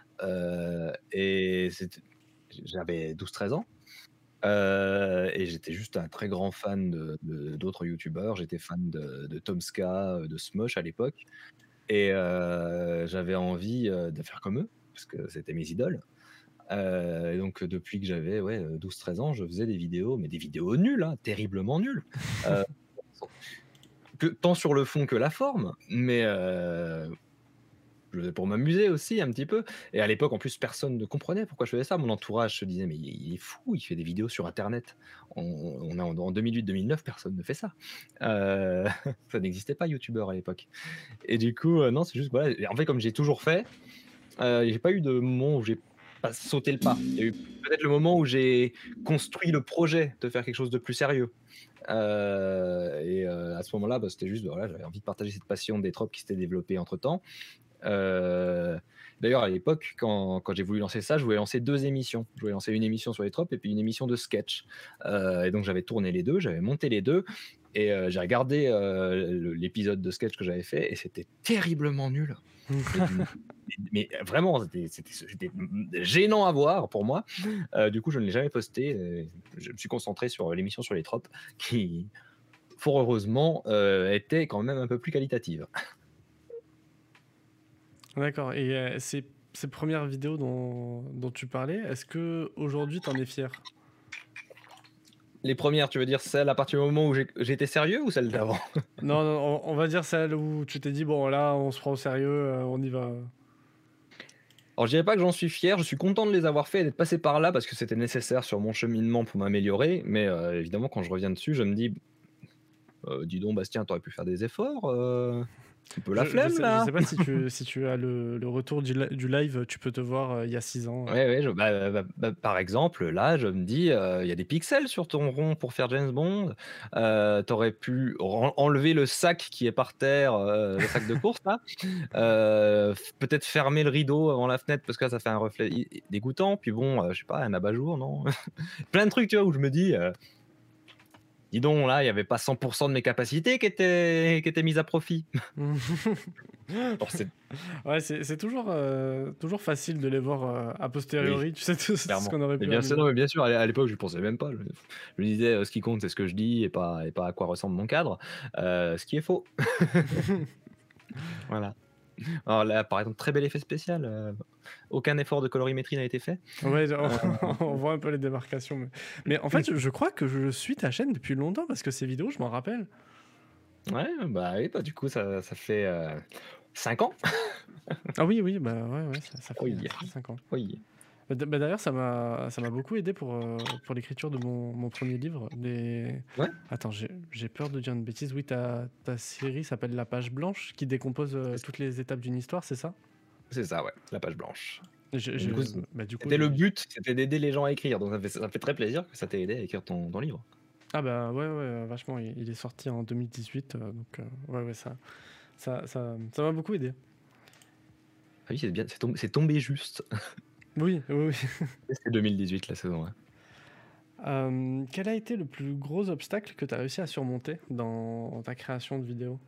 et j'avais 12-13 ans, et j'étais juste un très grand fan d'autres youtubeurs. J'étais fan de Tomska, de Smosh à l'époque et j'avais envie, de faire comme eux, parce que c'était mes idoles. Et donc depuis que j'avais, ouais, 12-13 ans, je faisais des vidéos, mais des vidéos nulles, hein, terriblement nulles. Heu, tant sur le fond que la forme, mais je le faisais pour m'amuser aussi un petit peu et à l'époque, en plus, personne ne comprenait pourquoi je faisais ça. Mon entourage se disait: «Mais il est fou, il fait des vidéos sur internet». On est en 2008-2009, personne ne fait ça. Heu, Ça n'existait pas youtubeur à l'époque et du coup, non, c'est juste, voilà, en fait, comme j'ai toujours fait, j'ai pas eu de moment où j'ai pas sauté le pas. Il y a eu peut-être le moment où j'ai construit le projet de faire quelque chose de plus sérieux. À ce moment-là, bah, c'était juste, voilà, j'avais envie de partager cette passion des tropes qui s'était développée entre-temps. Heu, D'ailleurs, à l'époque, quand j'ai voulu lancer ça, je voulais lancer 2 émissions. Je voulais lancer une émission sur les tropes et puis une émission de sketch. Et donc j'avais tourné les 2, j'avais monté les 2 et j'ai regardé, l'épisode de sketch que j'avais fait et c'était terriblement nul. Mais d'une mais vraiment, c'était gênant à voir pour moi. Du coup, je ne l'ai jamais posté, je me suis concentré sur l'émission sur les tropes qui fort heureusement, étaient quand même un peu plus qualitatives. D'accord. Et ces premières vidéos dont tu parlais, est-ce que aujourd'hui t'en es fier? Les premières, tu veux dire celles à partir du moment où j'étais sérieux ou celles d'avant? Non, non, on va dire celle où tu t'es dit, bon, là, on se prend au sérieux, on y va. Alors je dirais pas que j'en suis fier, je suis content de les avoir fait et d'être passé par là parce que c'était nécessaire sur mon cheminement pour m'améliorer, mais évidemment quand je reviens dessus, je me dis: dis donc Bastien, t'aurais pu faire des efforts, un peu la flemme Je là?» sais pas si tu as le retour du live, tu peux te voir il y a 6 ans. Ouais, ouais, par exemple, là, je me dis, il y a des pixels sur ton rond pour faire James Bond. Tu pu enlever le sac qui est par terre, le sac de course là. Peut-être fermer le rideau avant la fenêtre parce que là, ça fait un reflet dégoûtant. Puis bon, je sais pas, un abat-jour, non? Plein de trucs, tu vois, où je me dis, dis donc, là, il y avait pas 100 de mes capacités qui étaient mises à profit. Alors c'est Ouais, c'est toujours facile de les voir a oui. posteriori, tu sais, tout ce Clairement. qu'on aurait Mais pu bien sûr, améliorer. non, mais bien sûr, à l'époque, je y pensais même pas. Je me disais, ce qui compte, c'est ce que je dis et pas à quoi ressemble mon cadre, ce qui est faux. Voilà. Alors là, par exemple, très bel effet spécial, aucun effort de colorimétrie n'a été fait. Ouais, Heu, on voit un peu les démarcations. Mais en fait, je crois que je suis ta chaîne depuis longtemps parce que ces vidéos, je m'en rappelle. ouais, bah, oui, bah, du coup, ça fait, 5 ans. Ah oui, oui, bah ouais, ouais, Oui, ça fait 5 ans. oui. D'ailleurs, ça m'a beaucoup aidé pour l'écriture de mon premier livre. Ouais, Attends, j'ai peur de dire une bêtise. Oui, ta série s'appelle La Page Blanche, qui décompose c'est ça. toutes les étapes d'une histoire, c'est ça? C'est ça, ouais, la page blanche. Je, Et je- du coup, du coup, c'était le but, c'était d'aider les gens à écrire, donc ça me fait très plaisir que ça t'ait aidé à écrire ton livre. Ah bah ouais, ouais, vachement. Il est sorti en 2018, donc ouais, ouais, ça m'a beaucoup aidé. Ah oui, c'est bien, c'est tombé juste. Oui, oui, oui. C'est 2018 la saison 1. Quel a été le plus gros obstacle que tu as réussi à surmonter dans ta création de vidéos?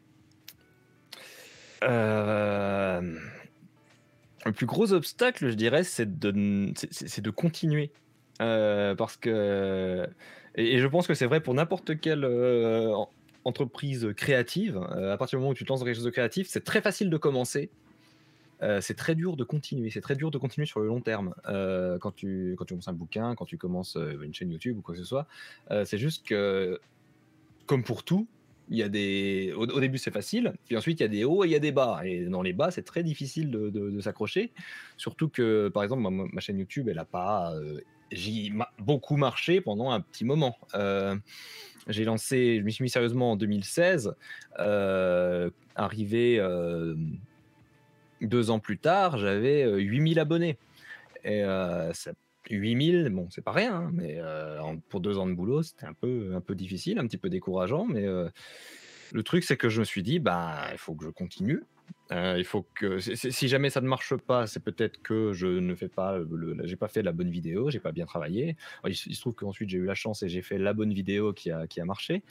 Hem, le plus gros obstacle, je dirais, c'est de continuer. Parce que et je pense que c'est vrai pour n'importe quelle, entreprise créative, à partir du moment où tu te lances dans quelque chose de créatif, c'est très facile de commencer, c'est très dur de continuer. C'est très dur de continuer sur le long terme, quand tu commences un bouquin, quand tu commences, une chaîne YouTube ou quoi que ce soit. C'est juste que comme pour tout, il y a au début, c'est facile, puis ensuite, il y a des hauts et il y a des bas et dans les bas, c'est très difficile de s'accrocher. Surtout que, par exemple, ma chaîne YouTube, elle a pas, beaucoup marché pendant un petit moment. Je m'y suis mis sérieusement en 2016, arrivé, 2 ans plus tard, j'avais, 8 000 abonnés et ça 8 000, bon, c'est pas rien, hein, mais pour 2 ans de boulot, c'était un peu difficile, un petit peu décourageant, mais le truc, c'est que je me suis dit: «Bah, il faut que je continue». Il faut que si jamais ça ne marche pas, c'est peut-être que je ne fais pas j'ai pas fait la bonne vidéo, j'ai pas bien travaillé. Alors il se trouve qu'ensuite j'ai eu la chance et j'ai fait la bonne vidéo qui a marché.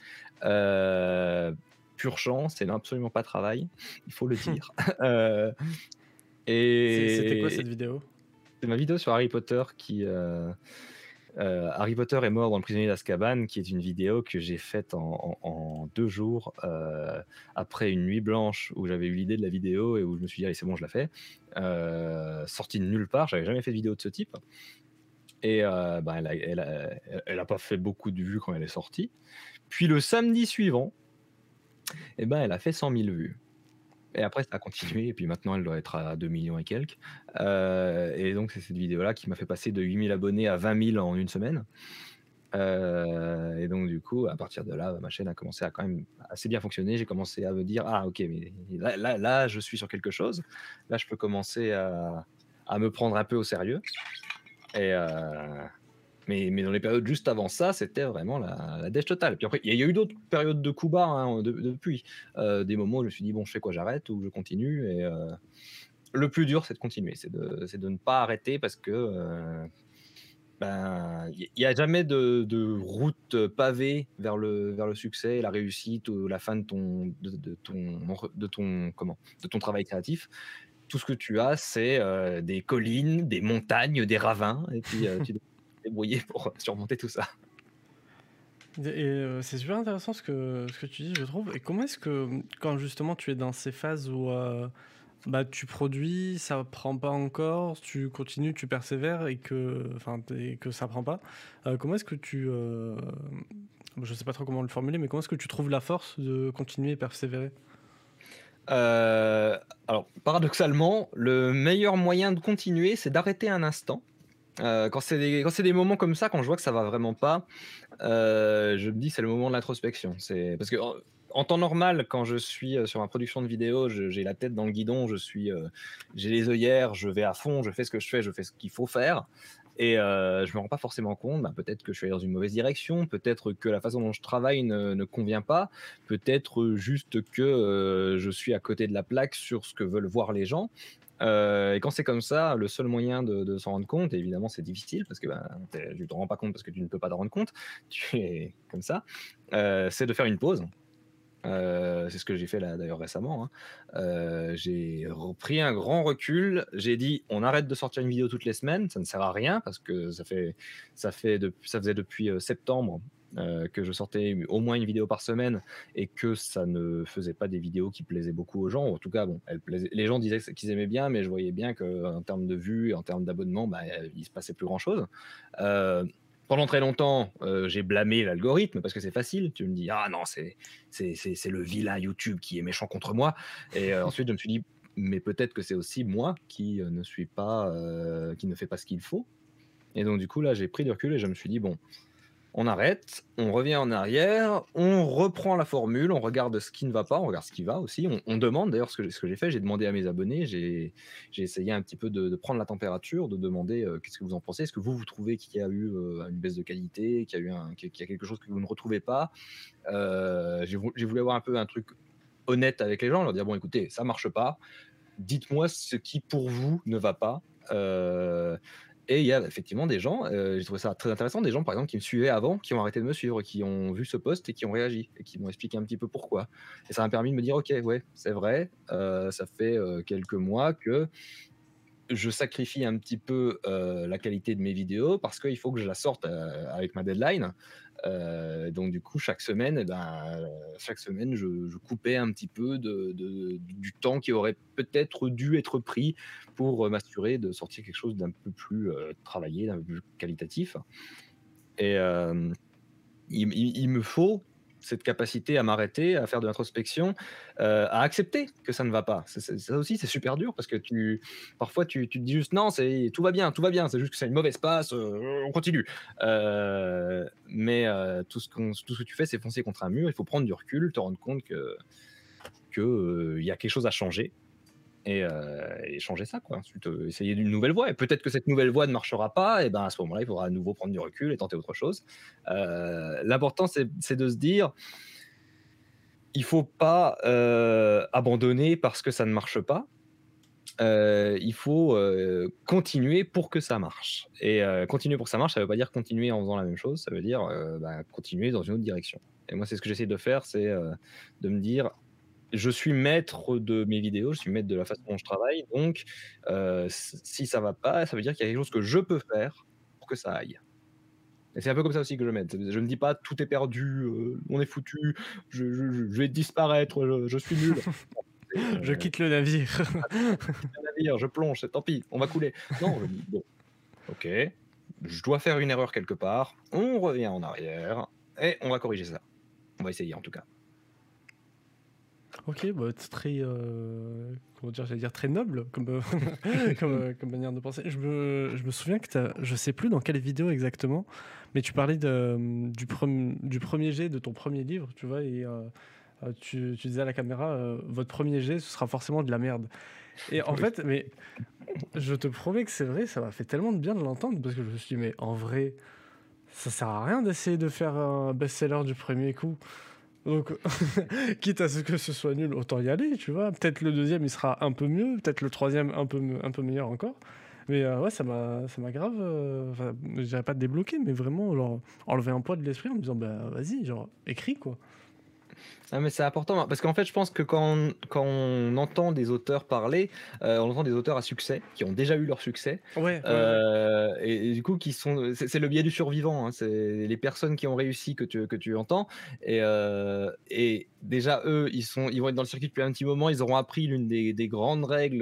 Pure chance et absolument pas travail, il faut le dire. Heu C'était quoi et cette vidéo? c'est ma vidéo sur Harry Potter Harry Potter est mort dans le prisonnier d'Azkaban, qui est une vidéo que j'ai faite en 2 jours, après une nuit blanche où j'avais eu l'idée de la vidéo et où je me suis dit: «Allez, c'est bon, je la fais». Sortie de nulle part, j'avais jamais fait de vidéo de ce type et bah, elle a pas fait beaucoup de vues quand elle est sortie. Puis le samedi suivant et ben, elle a fait 100 000 vues. Et après, ça a continué et puis maintenant, elle doit être à 2 millions et quelques. Et donc c'est cette vidéo-là qui m'a fait passer de 8 000 abonnés à 20 000 en une semaine. Et donc du coup, à partir de là, ma chaîne a commencé à quand même assez bien fonctionner. J'ai commencé à me dire: «Ah OK, mais là, je suis sur quelque chose. Là, je peux commencer à me prendre un peu au sérieux» et mais dans les périodes juste avant ça, c'était vraiment la dèche totale. Puis après, il y a eu d'autres périodes de coups bas, hein, depuis. Des moments où je me suis dit: «Bon, je fais quoi? J'arrête ou je continue?» et le plus dur, c'est de continuer, c'est de ne pas arrêter parce que, ben, il y a jamais de route pavée vers le succès, la réussite ou la fin de ton travail créatif. Tout ce que tu as, c'est, des collines, des montagnes, des ravins et puis, tu dois te débrouiller pour surmonter tout ça. C'est super intéressant ce que tu dis, je trouve. Et comment est-ce que, quand justement tu es dans ces phases où bah, tu produis, ça prend pas encore, tu continues, tu persévères et que ça prend pas, comment est-ce que je sais pas trop comment le formuler, mais comment est-ce que tu trouves la force de continuer et persévérer? Alors paradoxalement, le meilleur moyen de continuer, c'est d'arrêter un instant. Quand c'est des moments comme ça, quand je vois que ça va vraiment pas, je me dis: «C'est le moment de l'introspection». C'est parce qu'en temps normal, quand je suis, sur ma production de vidéo, j'ai la tête dans le guidon, j'ai les œillères, je vais à fond, je fais ce que je fais, je fais ce qu'il faut faire et je me rends pas forcément compte, bah, peut-être que je suis allé dans une mauvaise direction, peut-être que la façon dont je travaille ne convient pas, peut-être, juste que, je suis à côté de la plaque sur ce que veulent voir les gens. Et quand c'est comme ça, le seul moyen de s'en rendre compte, et évidemment c'est difficile parce que, ben, tu te rends pas compte parce que tu ne peux pas t'en rendre compte, tu es comme ça, c'est de faire une pause. C'est ce que j'ai fait là d'ailleurs récemment, hein. J'ai repris un grand recul, j'ai dit: «On arrête de sortir une vidéo toutes les semaines, ça ne sert à rien», parce que ça faisait depuis, septembre, que je sortais au moins une vidéo par semaine et que ça ne faisait pas des vidéos qui plaisaient beaucoup aux gens. En tout cas, bon, elles plaisaient, les gens disaient qu'ils aimaient bien, mais je voyais bien qu'en termes de vues et en termes d'abonnements, bah, il se passait plus grand chose. Pendant très longtemps, j'ai blâmé l'algorithme parce que c'est facile. Tu me dis: «Ah non, c'est le vilain YouTube qui est méchant contre moi», et ensuite je me suis dit: «Mais peut-être que c'est aussi moi qui, ne suis pas, qui ne fait pas ce qu'il faut», et donc du coup là, j'ai pris du recul et je me suis dit: «Bon, on arrête, on revient en arrière, on reprend la formule, on regarde ce qui ne va pas, on regarde ce qui va aussi». On demande d'ailleurs, ce que j'ai fait, j'ai demandé à mes abonnés, j'ai essayé un petit peu de prendre la température, de demander, qu'est-ce que vous en pensez? Est-ce que vous trouvez qu'il y a eu, une baisse de qualité, qu'il y a quelque chose que vous ne retrouvez pas? J'ai voulu avoir un peu un truc honnête avec les gens, leur dire: «Bon écoutez, ça marche pas, dites-moi ce qui pour vous ne va pas». Heu et il y a effectivement des gens, j'ai trouvé ça très intéressant, des gens par exemple qui me suivaient avant, qui ont arrêté de me suivre, qui ont vu ce post et qui ont réagi et qui m'ont expliqué un petit peu pourquoi, et ça m'a permis de me dire: «OK, ouais, c'est vrai, ça fait, quelques mois que je sacrifie un petit peu, la qualité de mes vidéos parce qu'il faut que je la sorte, avec ma deadline». Donc du coup, chaque semaine, je coupais un petit peu du temps qui aurait peut-être dû être pris pour, m'assurer de sortir quelque chose d'un peu plus, travaillé, d'un peu plus qualitatif, et il me faut cette capacité à m'arrêter, à faire de l'introspection, à accepter que ça ne va pas. Ça aussi, c'est super dur parce que parfois tu te dis juste: «Non, tout va bien, c'est juste que c'est une mauvaise passe, on continue». Mais tout ce que tu fais, c'est foncer contre un mur. Il faut prendre du recul, te rendre compte il y a quelque chose à changer, et changer ça, quoi. Ensuite, essayer d'une nouvelle voie, et peut-être que cette nouvelle voie ne marchera pas, et ben, à ce moment-là, il faudra à nouveau prendre du recul et tenter autre chose. L'important, c'est de se dire: «Il faut pas, abandonner parce que ça ne marche pas». Il faut, continuer pour que ça marche, et continuer pour que ça marche, ça veut pas dire continuer en faisant la même chose, ça veut dire, bah, continuer dans une autre direction, et moi, c'est ce que j'essaie de faire, c'est, de me dire: «Je suis maître de mes vidéos, je suis maître de la façon dont je travaille, donc si ça va pas, ça veut dire qu'il y a quelque chose que je peux faire pour que ça aille», et c'est un peu comme ça aussi que je m'aide. Je me dis pas: «Tout est perdu, on est foutu, je vais disparaître, je suis nul». Et Je quitte le navire. navire, je plonge, tant pis, on va couler. Non, je me dis: «Bon, OK, je dois faire une erreur quelque part, on revient en arrière et on va corriger ça». On va essayer en tout cas. Ok, bah, c'est très, comment dire, j'allais dire très noble comme, comme manière de penser. Je me souviens que je sais plus dans quelle vidéo exactement, mais tu parlais du premier jet de ton premier livre, tu vois, et tu disais à la caméra, votre premier jet, ce sera forcément de la merde. Et en Oui. fait, mais je te promets que c'est vrai, ça m'a fait tellement de bien de l'entendre parce que je me suis dit, mais en vrai, ça sert à rien d'essayer de faire un best-seller du premier coup. Donc, quitte à ce que ce soit nul, autant y aller, tu vois. Peut-être le deuxième, il sera un peu mieux, peut-être le troisième, un peu meilleur encore. Mais ouais, ça m'a grave, enfin, je dirais pas débloqué, mais vraiment, genre, enlever un poids de l'esprit en me disant, bah vas-y, genre, écris quoi. Ah mais c'est important hein, parce qu'en fait, je pense que quand on entend des auteurs parler, on entend des auteurs à succès, qui ont déjà eu leur succès, Ouais, ouais, ouais. et du coup qui sont c'est le biais du survivant, hein. C'est les personnes qui ont réussi que tu entends et déjà eux, ils vont être dans le circuit depuis un petit moment, ils auront appris l'une des grandes règles,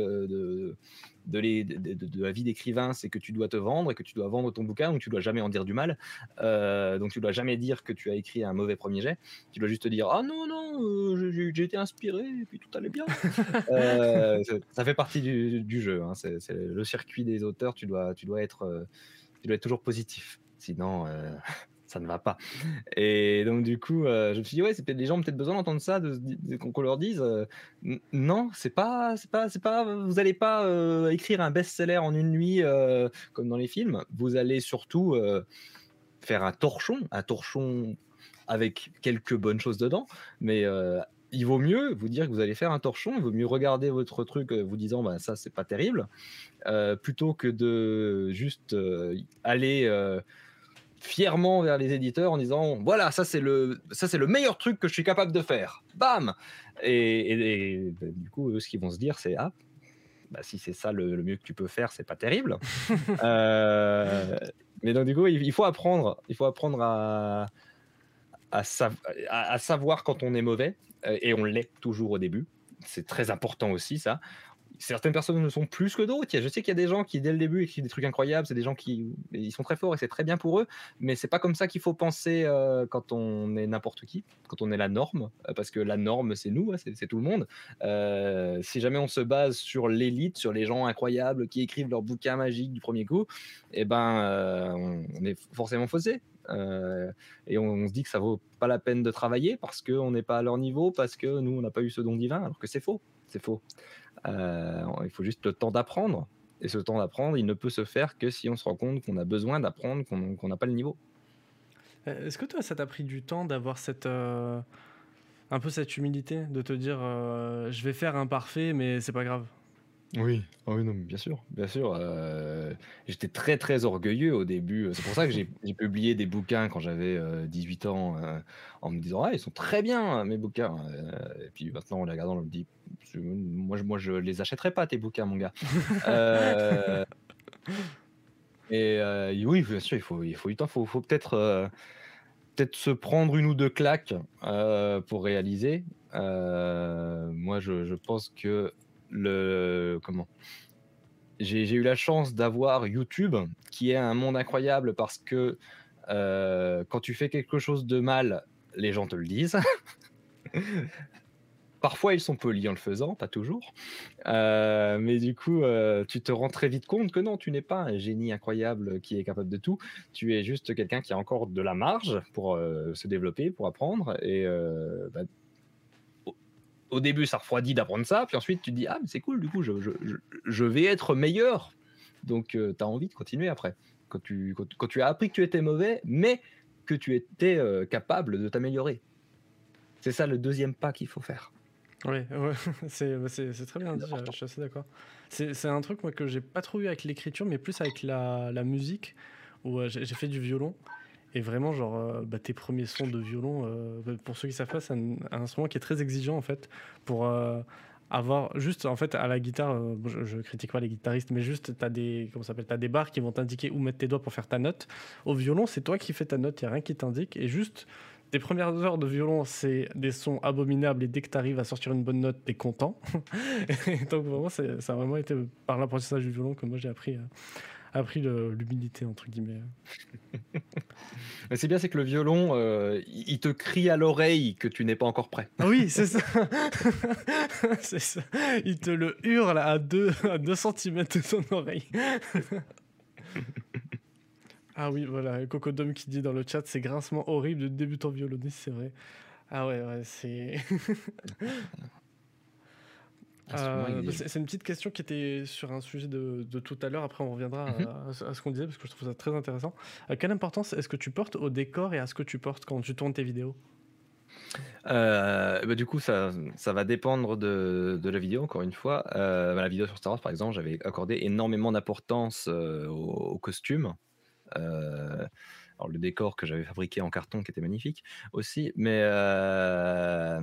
de la vie d'écrivain, c'est que tu dois te vendre et que tu dois vendre ton bouquin, donc tu dois jamais en dire du mal. Donc tu dois jamais dire que tu as écrit un mauvais premier jet. Tu dois juste te dire: «Ah non, non, j'ai été inspiré et puis tout allait bien». Ça fait partie du jeu, hein. C'est le circuit des auteurs, tu dois être toujours positif. Sinon, ça ne va pas. Et donc du coup, je me suis dit: «Ouais, c'est peut-être les gens ont peut-être besoin d'entendre ça, de se di de qu'on leur dise, n non, c'est pas vous allez pas, écrire un best-seller en une nuit, comme dans les films. Vous allez surtout, faire un torchon avec quelques bonnes choses dedans, mais il vaut mieux vous dire que vous allez faire un torchon, il vaut mieux regarder votre truc, vous disant: «Bah, ça, c'est pas terrible», plutôt que de juste, aller, fièrement vers les éditeurs en disant: «Voilà, ça c'est le meilleur truc que je suis capable de faire». Bam! Bah, du coup, eux, ce qu'ils vont se dire, c'est: «Ah, bah, si c'est ça le mieux que tu peux faire, c'est pas terrible». Heu, mais donc du coup, il faut apprendre à savoir quand on est mauvais, et on l'est toujours au début. C'est très important aussi ça. Certaines personnes le sont plus que d'autres. Je sais qu'il y a des gens qui, dès le début, écrivent des trucs incroyables. C'est des gens qui ils sont très forts et c'est très bien pour eux. Mais c'est pas comme ça qu'il faut penser quand on est n'importe qui, quand on est la norme, parce que la norme, c'est nous, hein, c'est tout le monde. Si jamais on se base sur l'élite, sur les gens incroyables qui écrivent leurs bouquins magiques du premier coup, eh ben, on est forcément faussé. Et on se dit que ça vaut pas la peine de travailler parce qu'on n'est pas à leur niveau, parce que nous, on n'a pas eu ce don divin, alors que c'est faux. C'est faux. Il faut juste le temps d'apprendre et ce temps d'apprendre, il ne peut se faire que si on se rend compte qu'on a besoin d'apprendre, qu'on n'a pas le niveau. Est-ce que toi, ça t'a pris du temps d'avoir un peu cette humilité, de te dire, je vais faire imparfait, mais c'est pas grave. Oui, ah oui, non, mais bien sûr, j'étais très, très orgueilleux au début, c'est pour ça que j'ai publié des bouquins quand j'avais, 18 ans, en me disant: «Ah, ils sont très bien, mes bouquins», et puis maintenant en les regardant, je me dis: «Moi je les achèterais pas tes bouquins mon gars». Heu et oui, bien sûr, il faut du temps, faut peut-être se prendre une ou 2 claques, pour réaliser. Moi je pense que comment? J'ai eu la chance d'avoir YouTube, qui est un monde incroyable parce que, quand tu fais quelque chose de mal, les gens te le disent. Parfois, ils sont polis en le faisant, pas toujours. Mais du coup, tu te rends très vite compte que non, tu n'es pas un génie incroyable qui est capable de tout. Tu es juste quelqu'un qui a encore de la marge pour, se développer, pour apprendre et bah, au au début, ça refroidit d'apprendre ça, puis ensuite tu te dis: «Ah mais c'est cool, du coup, je vais être meilleur». Donc tu as envie de continuer après. Quand tu as appris que tu étais mauvais, mais que tu étais, capable de t'améliorer. C'est ça le deuxième pas qu'il faut faire. Ouais, ouais, c'est très bien Très dit, je important. suis assez d'accord. C'est un truc moi que j'ai pas trop eu avec l'écriture, mais plus avec la musique, où j'ai fait du violon. Et vraiment, genre, bah, tes premiers sons de violon, bah, pour ceux qui savent pas, c'est un instrument qui est très exigeant en fait, pour avoir juste en fait à la guitare. Bon, je critique pas les guitaristes, mais juste t'as des comment ça s'appelle, t'as des barres qui vont t'indiquer où mettre tes doigts pour faire ta note. Au violon, c'est toi qui fais ta note, y a rien qui t'indique, et juste tes premières heures de violon, c'est des sons abominables, et dès que t'arrives à sortir une bonne note, t'es content. Et donc vraiment, ça a vraiment été par l'apprentissage du violon que moi j'ai appris l'humilité entre guillemets. Mais c'est bien, c'est que le violon, il te crie à l'oreille que tu n'es pas encore prêt. Ah oui, c'est ça. C'est ça. Il te le hurle à 2 centimètres de ton oreille. Ah oui, voilà, Cocodome qui dit dans le chat, c'est grincement horrible de débutant violoniste, c'est vrai. Ah ouais, ouais, c'est... Instrument C'est une petite question qui était sur un sujet de tout à l'heure, après on reviendra Mmh. à ce qu'on disait, parce que je trouve ça très intéressant. Quelle importance est-ce que tu portes au décor et à ce que tu portes quand tu tournes tes vidéos? Bah, du coup, ça va dépendre de la vidéo, encore une fois. Bah, la vidéo sur Star Wars, par exemple, j'avais accordé énormément d'importance, aux costumes. Alors le décor que j'avais fabriqué en carton qui était magnifique aussi, mais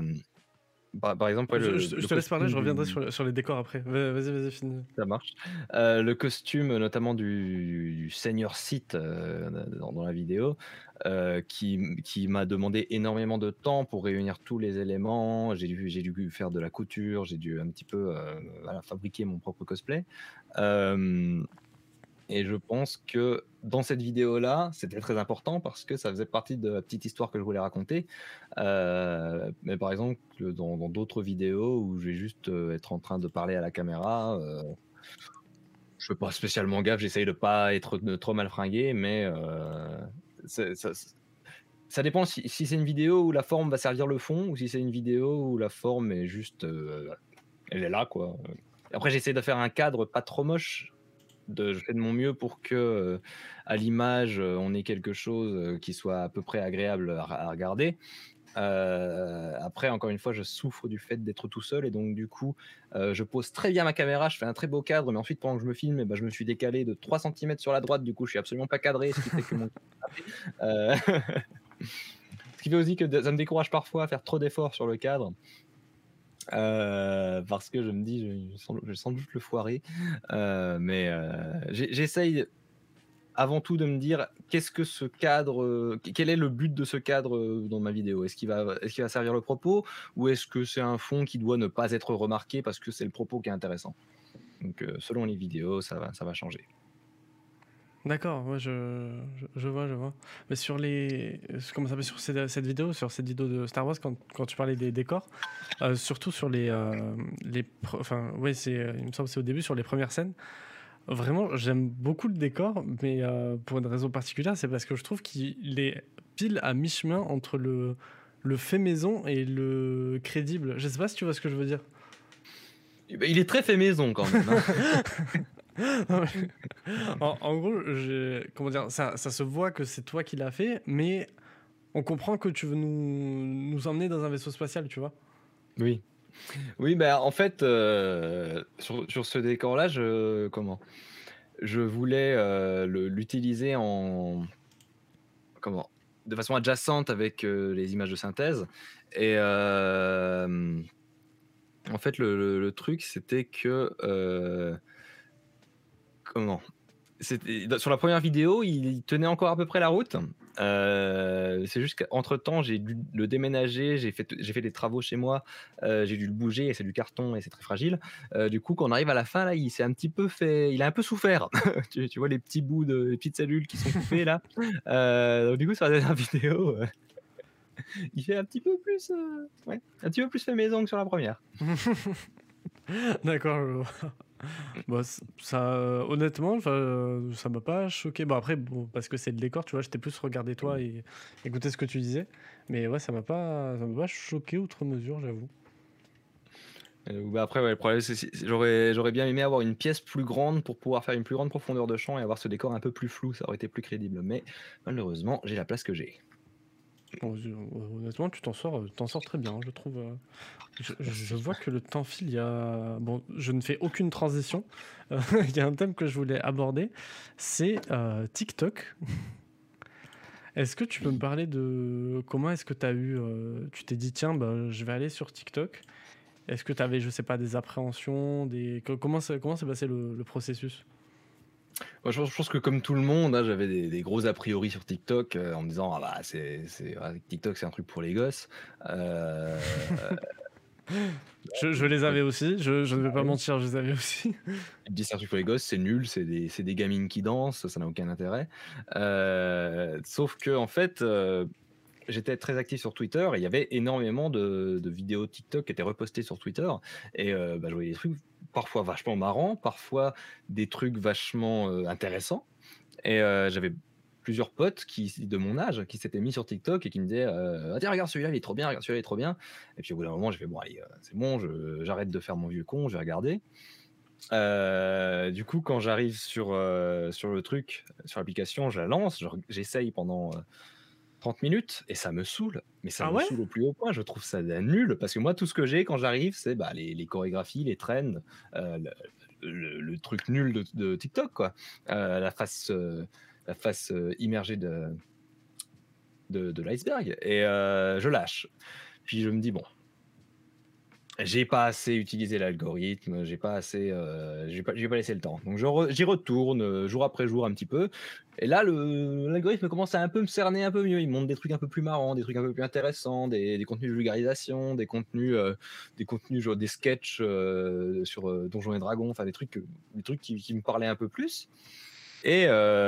par exemple, ouais, Je le te laisse parler, costume je reviendrai du sur les décors après. Vas-y, finis. ça marche. Le costume, notamment du seigneur Sith, dans la vidéo, qui m'a demandé énormément de temps pour réunir tous les éléments. J'ai dû faire de la couture, j'ai dû un petit peu, voilà, fabriquer mon propre cosplay. Hem Et je pense que dans cette vidéo-là, c'était très important parce que ça faisait partie de la petite histoire que je voulais raconter. Mais par exemple, dans d'autres vidéos où je vais juste, être en train de parler à la caméra, je fais pas spécialement gaffe, j'essaye de pas être trop mal fringué, mais c'est ça dépend si c'est une vidéo où la forme va servir le fond ou si c'est une vidéo où la forme est juste, elle est là, quoi. Après j'essaie de faire un cadre pas trop moche. Je fais de mon mieux pour que, à l'image, on ait quelque chose, qui soit à peu près agréable à regarder. Après, encore une fois, je souffre du fait d'être tout seul et donc du coup, je pose très bien ma caméra, je fais un très beau cadre, mais ensuite pendant que je me filme, je me suis décalé de 3 centimètres sur la droite, du coup, je suis absolument pas cadré, ce qui fait que mon heu, ce qui fait aussi que ça me décourage parfois à faire trop d'efforts sur le cadre, parce que je me dis: «Je vais sans doute le foirer», mais j'essaye avant tout de me dire: «Qu'est-ce que ce cadre, quel est le but de ce cadre, dans ma vidéo? Est-ce qu'il va servir le propos ou est-ce que c'est un fond qui doit ne pas être remarqué parce que c'est le propos qui est intéressant?» Donc selon les vidéos, ça va changer. D'accord, ouais, je vois, je vois. Mais sur les, comment ça s'appelle, sur cette vidéo de Star Wars, quand tu parlais des décors, surtout sur enfin, ouais, il me semble que c'est au début sur les premières scènes. Vraiment, j'aime beaucoup le décor, mais pour une raison particulière, c'est parce que je trouve qu'il est pile à mi-chemin entre le fait maison et le crédible. Je sais pas si tu vois ce que je veux dire. Et il est très fait maison quand même, hein. Non, mais en gros, comment dire, ça se voit que c'est toi qui l'as fait, mais on comprend que tu veux nous emmener dans un vaisseau spatial, tu vois. Oui. Oui, en fait, sur ce décor-là, je voulais, l'utiliser comment? De façon adjacente avec, les images de synthèse et en fait, le truc, c'était que, comment? Sur la première vidéo, il tenait encore à peu près la route. C'est juste qu'entre temps, j'ai dû le déménager, j'ai fait des travaux chez moi, j'ai dû le bouger et c'est du carton et c'est très fragile. Du coup, quand on arrive à la fin là, il a un peu souffert. Tu vois les petites cellules qui sont coupées là? Donc du coup, sur la dernière vidéo, il fait un petit peu plus, ouais, un petit peu plus fait maison que sur la première. D'accord, je vois. Bah, ça, honnêtement, enfin, ça m'a pas choqué. Bon, après, bon, parce que c'est le décor, tu vois, j'étais plus regarder toi et écouter ce que tu disais. Mais ouais, ça m'a pas choqué outre mesure, j'avoue. Après, ouais, le problème, j'aurais bien aimé avoir une pièce plus grande pour pouvoir faire une plus grande profondeur de champ et avoir ce décor un peu plus flou, ça aurait été plus crédible. Mais malheureusement, j'ai la place que j'ai. Bon, honnêtement, tu t'en sors très bien, je trouve. Je Merci. vois que le temps file. Bon, je ne fais aucune transition. Il y a un thème que je voulais aborder, c'est TikTok. Est-ce que tu peux me Oui. parler de comment est-ce que tu t'es dit, tiens, bah, je vais aller sur TikTok. Est-ce que tu avais, je sais pas, des appréhensions, comment s'est passé le processus? Moi, je pense que comme tout le monde, hein, j'avais des gros a priori sur TikTok, en me disant: «Ah bah, TikTok, c'est un truc pour les gosses». Heu, Je les avais aussi, je ne vais pas oui. mentir, je les avais aussi. Tu te dis: «C'est un truc pour les gosses, c'est nul, c'est des gamines qui dansent, ça n'a aucun intérêt». Sauf qu'en fait, j'étais très actif sur Twitter et il y avait énormément de vidéos TikTok qui étaient repostées sur Twitter et je voyais des trucs parfois vachement marrants, parfois des trucs vachement, intéressants et j'avais plusieurs potes de mon âge qui s'étaient mis sur TikTok et qui me disaient, «Ah tiens regarde celui-là il est trop bien, regarde celui-là il est trop bien» et puis au bout d'un moment j'ai fait: «Bon allez, c'est bon, j'arrête de faire mon vieux con, je vais regarder». Du coup quand j'arrive sur le truc, sur l'application, je la lance, j'essaye pendant, 30 minutes et ça me saoule, mais ça Ah me ouais? saoule au plus haut point. Je trouve ça nul parce que moi, tout ce que j'ai quand j'arrive, c'est les chorégraphies, les trends, le truc nul de TikTok, quoi. La face immergée de l'iceberg et je lâche. Puis je me dis: «Bon, j'ai pas assez utilisé l'algorithme, j'ai pas laissé le temps. Donc j'y retourne, jour après jour un petit peu et là l'algorithme commence à un peu me cerner un peu mieux. Il me montre des trucs un peu plus marrants, des trucs un peu plus intéressants, des contenus de vulgarisation, des contenus genre des sketchs, sur, Donjons& et Dragons, enfin des trucs qui me parlaient un peu plus et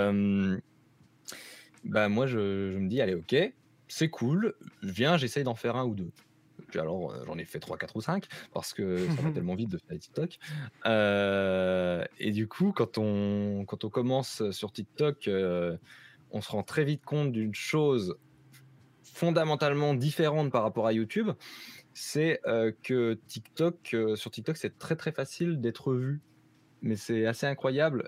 bah, moi je me dis: «Allez OK, c'est cool, viens j'essaye d'en faire un ou 2. Puis alors, j'en ai fait 3, 4 ou 5 parce que ça va tellement vite de faire des TikTok. Et du coup, quand on commence sur TikTok, on se rend très vite compte d'une chose fondamentalement différente par rapport à YouTube. C'est, que sur TikTok, c'est très, très facile d'être vu. Mais c'est assez incroyable,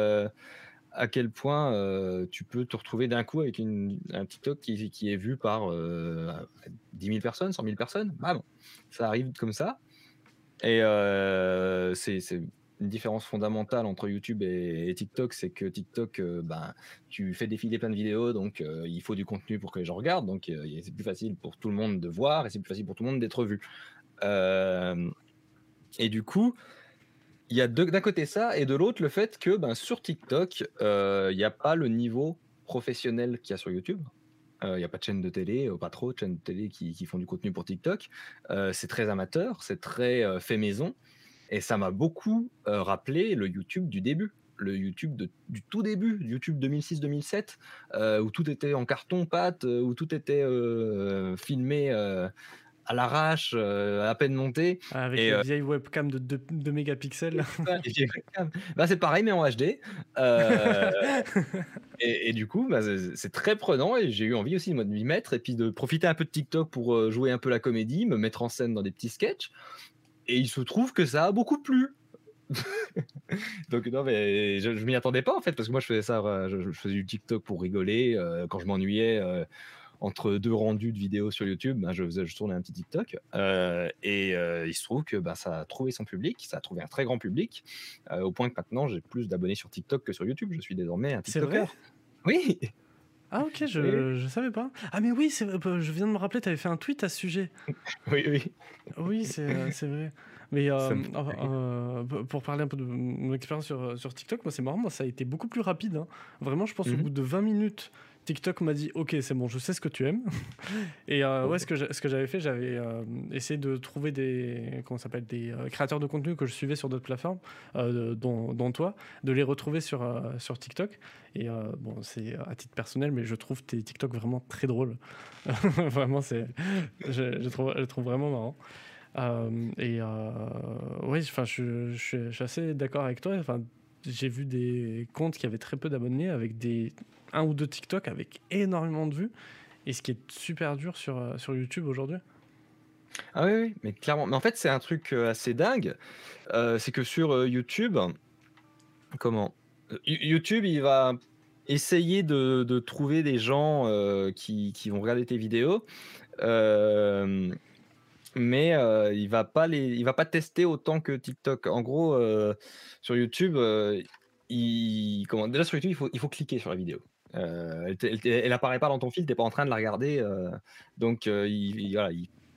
à quel point, tu peux te retrouver d'un coup avec un TikTok qui est vu par, 10 000 personnes, 100 000 personnes. Bam! Ça arrive comme ça et c'est une différence fondamentale entre YouTube et TikTok, c'est que TikTok, ben, tu fais défiler plein de vidéos, donc il faut du contenu pour que les gens regardent, donc c'est plus facile pour tout le monde de voir et c'est plus facile pour tout le monde d'être vu. Hem Et du coup, il y a d'un côté ça et de l'autre le fait que, ben, sur TikTok, il y a pas le niveau professionnel qu'il y a sur YouTube. Il y a pas de chaîne de télé, pas trop de chaînes de télé qui font du contenu pour TikTok. C'est très amateur, c'est très, fait maison et ça m'a beaucoup, rappelé le YouTube du début. Le YouTube du tout début, YouTube 2006-2007, où tout était en carton-pâte, où tout était, filmé, à l'arrache, à peine monté Avec et les vieilles webcams de 2 mégapixels. ça, les vieilles webcams. Bah, c'est pareil, mais en HD. Heu et du coup, bah, c'est très prenant et j'ai eu envie aussi moi de m'y mettre et puis de profiter un peu de TikTok pour, jouer un peu la comédie, me mettre en scène dans des petits sketchs et il se trouve que ça a beaucoup plu. Donc non, mais je m'y attendais pas en fait, parce que moi je faisais ça, je faisais du TikTok pour rigoler, quand je m'ennuyais, entre 2 rendus de vidéos sur YouTube, ben, je tournais un petit TikTok, il se trouve que, bah, ça a trouvé son public, ça a trouvé un très grand public, au point que maintenant j'ai plus d'abonnés sur TikTok que sur YouTube. Je suis désormais un C'est vrai? tiktoker. Oui! Ah OK, Oui, oui. je savais pas. Ah mais oui, c'est vrai, je viens de me rappeler, tu avais fait un tweet à ce sujet. Oui, oui. Oui, c'est vrai. Mais Ça me fait rire. pour parler un peu de mon expérience sur TikTok, moi c'est marrant, moi ça a été beaucoup plus rapide, hein. Vraiment, je pense au Mmh. bout de 20 minutes, TikTok m'a dit: «OK, c'est bon, je sais ce que tu aimes». Et ouais, OK. ce que j'avais fait, j'avais essayé de trouver des, comment ça s'appelle, des créateurs de contenu que je suivais sur d'autres plateformes, dont toi, de les retrouver sur TikTok. Et bon, c'est à titre personnel, mais je trouve tes TikTok vraiment très drôles. Vraiment, je trouve vraiment marrant. Ouais, enfin, je suis assez d'accord avec toi. Enfin, j'ai vu des comptes qui avaient très peu d'abonnés avec un ou deux TikTok avec énormément de vues. Et ce qui est super dur sur YouTube aujourd'hui. Ah oui, oui, mais clairement. Mais en fait, c'est un truc, assez dingue, c'est que sur, YouTube, comment? YouTube, il va essayer de trouver des gens, qui vont regarder tes vidéos, hem, mais il va pas tester autant que TikTok. En gros, sur YouTube, déjà sur YouTube, il faut cliquer sur la vidéo. Elle apparaît pas dans ton fil, tu es pas en train de la regarder, donc voilà,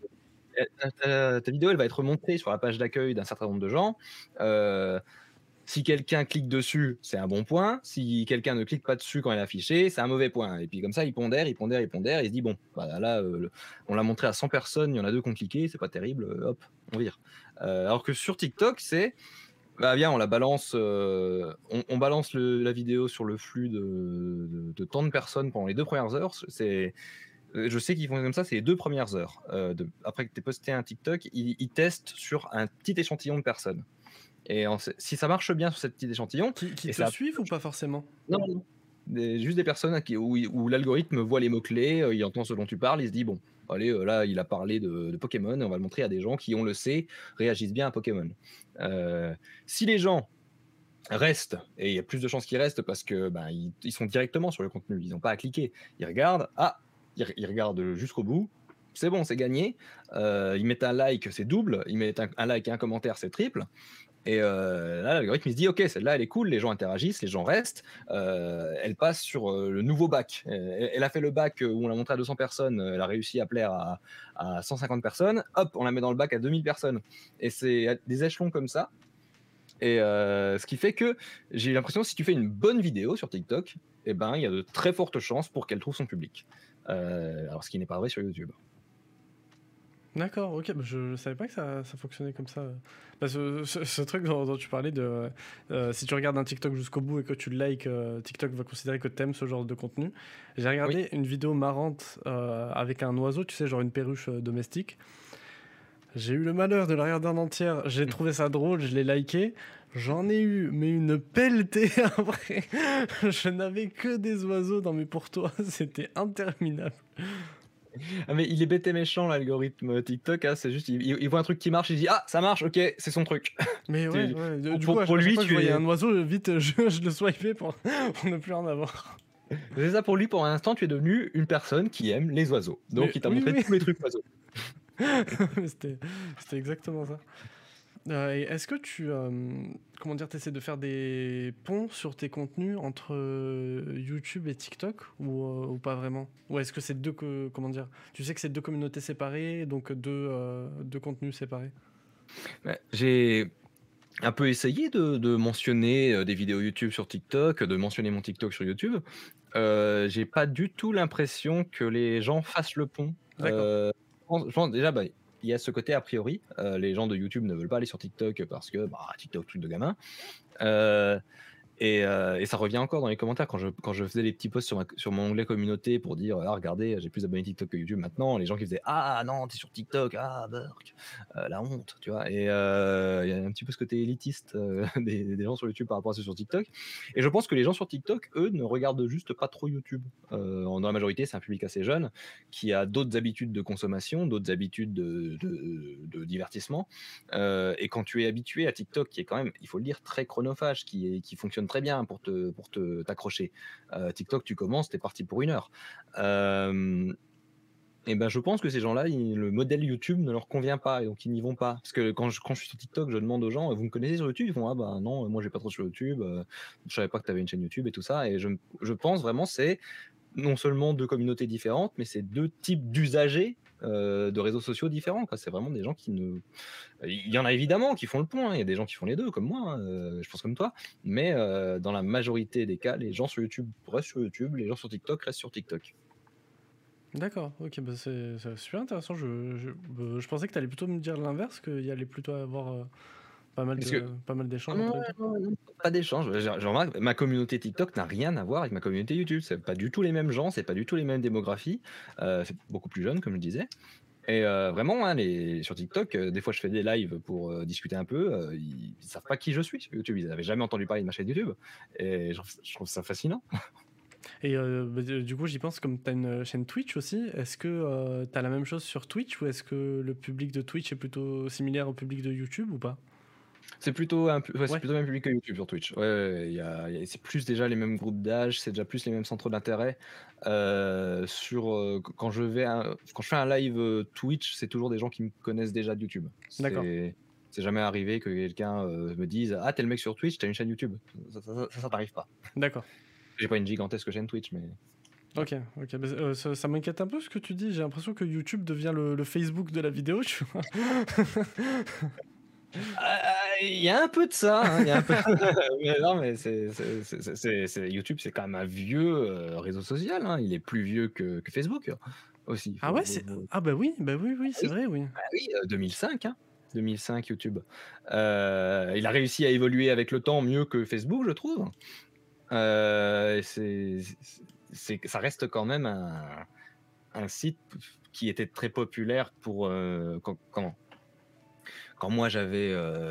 ta vidéo, elle va être montrée sur la page d'accueil d'un certain nombre de gens. Heu, Si quelqu'un clique dessus, c'est un bon point. Si quelqu'un ne clique pas dessus quand elle est affichée, c'est un mauvais point. Et puis comme ça, il pondère, il pondère, il pondère. Il se dit bon, bah là, on l'a montré à 100 personnes, il y en a 2 qui ont cliqué, c'est pas terrible, hop, on vire. Alors que sur TikTok, c'est bah viens, on la balance, on balance la vidéo sur le flux de tant de personnes pendant les 2 premières heures. Je sais qu'ils font comme ça, c'est les 2 premières heures, après que tu aies posté un TikTok, ils testent sur un petit échantillon de personnes et si ça marche bien sur cet petit échantillon Qui et te ça suivent ou pas forcément? non, non, non, juste des personnes où l'algorithme voit les mots clés, il entend ce dont tu parles, il se dit: «Bon, allez, là, il a parlé de Pokémon, on va le montrer à des gens qui, on le sait, réagissent bien à Pokémon». Si les gens restent et il y a plus de chances qu'ils restent parce que, ben, ils sont directement sur le contenu, ils n'ont pas à cliquer. Ils regardent, ils regardent jusqu'au bout, c'est bon, c'est gagné. Ils mettent un like, c'est double, ils mettent un like et un commentaire, c'est triple. Et là, l'algorithme il se dit: «OK, celle-là, elle est cool, les gens interagissent, les gens restent, elle passe sur, le nouveau bac». Elle a fait le bac, où on l'a montré à 200 personnes, elle a réussi à plaire à 150 personnes, hop, on la met dans le bac à 2000 personnes et c'est à des échelons comme ça et ce qui fait que j'ai l'impression que si tu fais une bonne vidéo sur TikTok et ben, il y a de très fortes chances pour qu'elle trouve son public. Alors ce qui n'est pas vrai sur YouTube. D'accord, ok, bah, je savais pas que ça fonctionnait comme ça. Parce que ce truc dont tu parlais de si tu regardes un TikTok jusqu'au bout et que tu le likes, TikTok va considérer que t'aimes ce genre de contenu. J'ai Oui. regardé une vidéo marrante avec un oiseau, tu sais, genre une perruche domestique. J'ai eu le malheur de la regarder en entière, j'ai trouvé ça drôle, je l'ai liké. J'en ai eu, mais une pelletée après. Je n'avais que des oiseaux dans mes pourtours, c'était interminable. Ah mais il est bête et méchant l'algorithme TikTok, hein, c'est juste il voit un truc qui marche, il dit: «Ah ça marche, OK, c'est son truc». Mais ouais, Tu ouais. Du pour coup, à pour chaque lui fois que je tu voyais es un oiseau, vite, je le swipais pour ne plus en avoir. c'est ça pour lui pour l'instant tu es devenu une personne qui aime les oiseaux. Donc Mais il t'a oui, montré oui, tous les trucs oiseaux. mais c'était exactement ça. Et est-ce que tu, comment dire, t'essaies de faire des ponts sur tes contenus entre YouTube et TikTok ou pas vraiment? Ou est-ce que c'est comment dire, tu sais que c'est deux communautés séparées, donc deux contenus séparés? Ouais, j'ai un peu essayé de mentionner, des vidéos YouTube sur TikTok, de mentionner mon TikTok sur YouTube. J'ai pas du tout l'impression que les gens fassent le pont. D'accord. Je pense déjà, bah, il y a ce côté a priori, les gens de YouTube ne veulent pas aller sur TikTok parce que, bah, TikTok, truc de gamin. Heu et ça revient encore dans les commentaires quand je faisais les petits posts sur mon onglet communauté pour dire: «Ah regardez, j'ai plus d'abonnés TikTok que YouTube maintenant», les gens qui faisaient: «Ah non, tu es sur TikTok, ah burk, la honte», tu vois? Et il y a un petit peu ce côté élitiste, des gens sur YouTube par rapport à ceux sur TikTok et je pense que les gens sur TikTok, eux, ne regardent juste pas trop YouTube. Dans la majorité, c'est un public assez jeune qui a d'autres habitudes de consommation, d'autres habitudes de divertissement, et quand tu es habitué à TikTok qui est quand même, il faut le dire, très chronophage, qui fonctionne très bien pour t'accrocher. TikTok, tu commences, tu es parti pour 1 heure. Hem et ben, je pense que ces gens-là, le modèle YouTube ne leur convient pas et donc ils n'y vont pas. Parce que quand je suis sur TikTok, je demande aux gens: «Vous me connaissez sur YouTube?» Ils font: «Ah bah non, moi j'ai pas trop sur YouTube, je savais pas que tu avais une chaîne YouTube» et tout ça et je pense vraiment c'est non seulement 2 communautés différentes, mais c'est 2 types d'usagers, de réseaux sociaux différents, quoi. C'est vraiment des gens qui ne il y en a évidemment qui font le pont, hein, il y a des gens qui font les 2 comme moi, hein, je pense comme toi, mais dans la majorité des cas, les gens sur YouTube restent sur YouTube, les gens sur TikTok restent sur TikTok. D'accord, ok, bah c'est super intéressant. Je pensais que tu allais plutôt me dire l'inverse, qu'il y allait plutôt avoir Parce que pas mal d'échanges non, entre les deux. non, non, pas d'échange. Je remarque, ma communauté TikTok n'a rien à voir avec ma communauté YouTube. C'est pas du tout les mêmes gens, c'est pas du tout les mêmes démographies, c'est beaucoup plus jeune comme je disais et vraiment, hein, sur TikTok, des fois je fais des lives pour, discuter un peu, ils savent pas qui je suis sur YouTube. Ils avaient jamais entendu parler de ma chaîne YouTube et je trouve ça fascinant. Et bah, du coup, j'y pense, comme tu as une chaîne Twitch aussi, est-ce que tu as la même chose sur Twitch ou est-ce que le public de Twitch est plutôt similaire au public de YouTube ou pas? C'est plutôt ouais, c'est Ouais, plutôt le même public que YouTube sur Twitch. Ouais, ouais, ouais, c'est plus déjà les mêmes groupes d'âge, c'est déjà plus les mêmes centres d'intérêt. Quand je fais un live, Twitch, c'est toujours des gens qui me connaissent déjà de YouTube. d'accord, C'est jamais arrivé que quelqu'un, me dise: «Ah, tu le mec sur Twitch, t'as une chaîne YouTube». Ça t'arrive pas. d'accord. J'ai pas une gigantesque chaîne Twitch, mais ouais. Ok, ok. Bah, ça m'inquiète un peu ce que tu dis. J'ai l'impression que YouTube devient le Facebook de la vidéo, tu vois. Il y a un peu de ça, hein, il y a un peu mais non, mais YouTube, c'est quand même un vieux, réseau social, hein. Il est plus vieux que Facebook, aussi. Ah ouais, ah bah oui, oui, Ah c'est oui, vrai, oui. bah oui, 2005, hein. 2005 YouTube. Il a réussi à évoluer avec le temps mieux que Facebook, je trouve. Et ça reste quand même un site qui était très populaire pour, quand moi j'avais,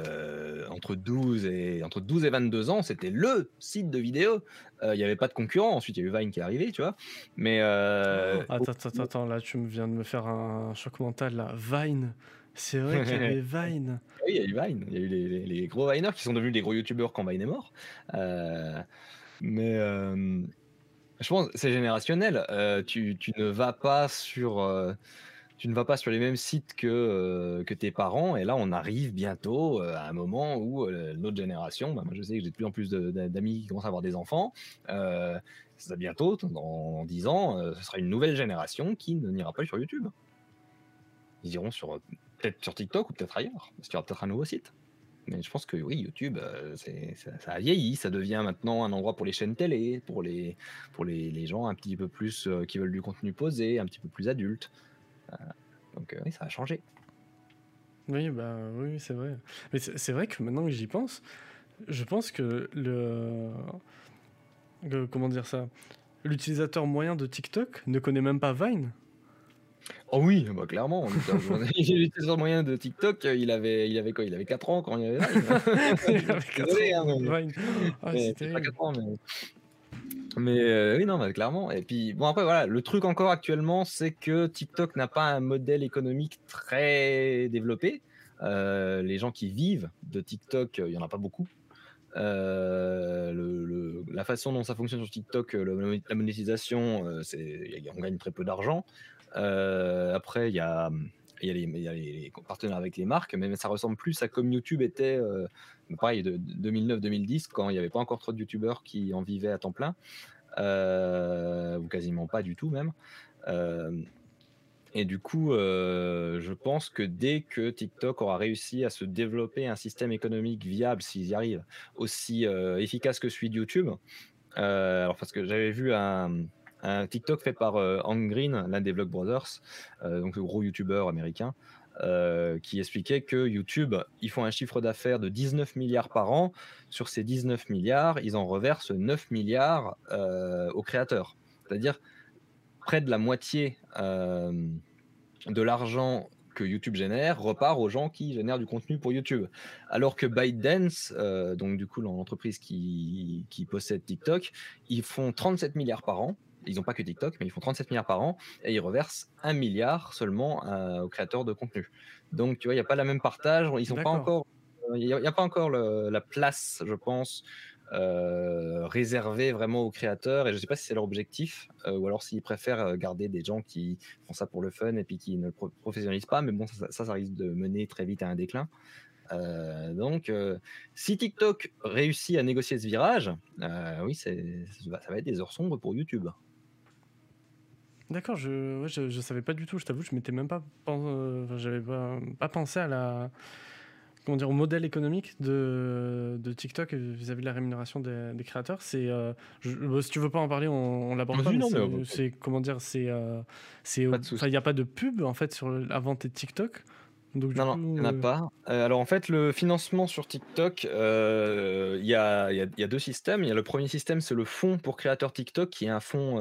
entre 12 et 22 ans, c'était le site de vidéo. Il y avait pas de concurrent. Ensuite, il y a eu Vine qui est arrivé, tu vois? Mais, Oh, attends, là, tu viens de me faire un choc mental, là. Vine. C'est vrai qu'il y avait Vine. oui, il y a eu Vine. Il y a eu les gros Vineurs qui sont devenus des gros youtubeurs quand Vine est mort. Heu, mais, je pense c'est générationnel. Tu ne vas pas sur, tu ne vas pas sur les mêmes sites que tes parents. Et là, on arrive bientôt à un moment où notre génération, bah, moi je sais que j'ai de plus en plus d'amis qui commencent à avoir des enfants. Ça bientôt, dans 10 ans, ce sera une nouvelle génération qui ne n'ira pas sur YouTube. Ils iront peut-être sur TikTok ou peut-être ailleurs, parce qu'il y aura peut-être un nouveau site. Mais je pense que oui, YouTube, ça a vieilli, ça devient maintenant un endroit pour les chaînes télé, pour les gens un petit peu plus qui veulent du contenu posé, un petit peu plus adulte. Donc oui, ça a changé. Oui, bah oui, c'est vrai. Mais c'est vrai que maintenant que j'y pense, je pense que comment dire ça? L'utilisateur moyen de TikTok ne connaît même pas Vine. Oh oui, bah clairement, l'utilisateur moyen de TikTok, il avait quoi? Il avait 4 ans quand il y avait Vine. Il avait 4 Désolé, ans, hein, Vine. Ah, c'est peut-être pas terrible. 4 ans, mais oui, non, bah, clairement. Et puis, bon, après, voilà, le truc encore actuellement, c'est que TikTok n'a pas un modèle économique très développé. Les gens qui vivent de TikTok, il y en a pas beaucoup. La façon dont ça fonctionne sur TikTok, la monétisation, on gagne très peu d'argent. Après, il y a les partenaires avec les marques, mais ça ressemble plus à comme YouTube était, pareil, de 2009-2010, quand il n'y avait pas encore trop de YouTubeurs qui en vivaient à temps plein, ou quasiment pas du tout même. Et du coup, je pense que dès que TikTok aura réussi à se développer un système économique viable, s'ils y arrivent, aussi efficace que celui de YouTube. Alors parce que j'avais vu un TikTok fait par Hank Green, l'un des Vlogbrothers, donc le gros YouTuber américain, qui expliquait que YouTube, ils font un chiffre d'affaires de 19 milliards par an. Sur ces 19 milliards, ils en reversent 9 milliards aux créateurs. C'est-à-dire près de la moitié de l'argent que YouTube génère repart aux gens qui génèrent du contenu pour YouTube. Alors que ByteDance, donc du coup l'entreprise qui possède TikTok, ils font 37 milliards par an. Ils n'ont pas que TikTok, mais ils font 37 milliards par an et ils reversent 1 milliard seulement aux créateurs de contenu. Donc tu vois, il n'y a pas le même partage. Ils sont pas D'accord. encore, il n'y a pas encore la place, je pense, réservé vraiment aux créateurs, et je sais pas si c'est leur objectif ou alors s'ils préfèrent garder des gens qui font ça pour le fun et puis qui ne le professionnalisent pas, mais bon, ça risque de mener très vite à un déclin. Donc si TikTok réussit à négocier ce virage, oui, ça va être des heures sombres pour YouTube. D'accord, je savais pas du tout, je t'avoue, je m'étais même pas, enfin, j'avais pas pensé à comment dire, au modèle économique de TikTok vis-à-vis de la rémunération des créateurs. Si tu veux pas en parler, on l'aborde pas, Vas-y, mais non, mais comment dire, pas de enfin, il souci. n'y a pas de pub en fait sur la vente de TikTok. Donc du Non, non, coup, il n'y en a pas. Alors en fait, le financement sur TikTok, il y a 2 systèmes. Il y a le premier système, c'est le fonds pour créateurs TikTok, qui est un fonds,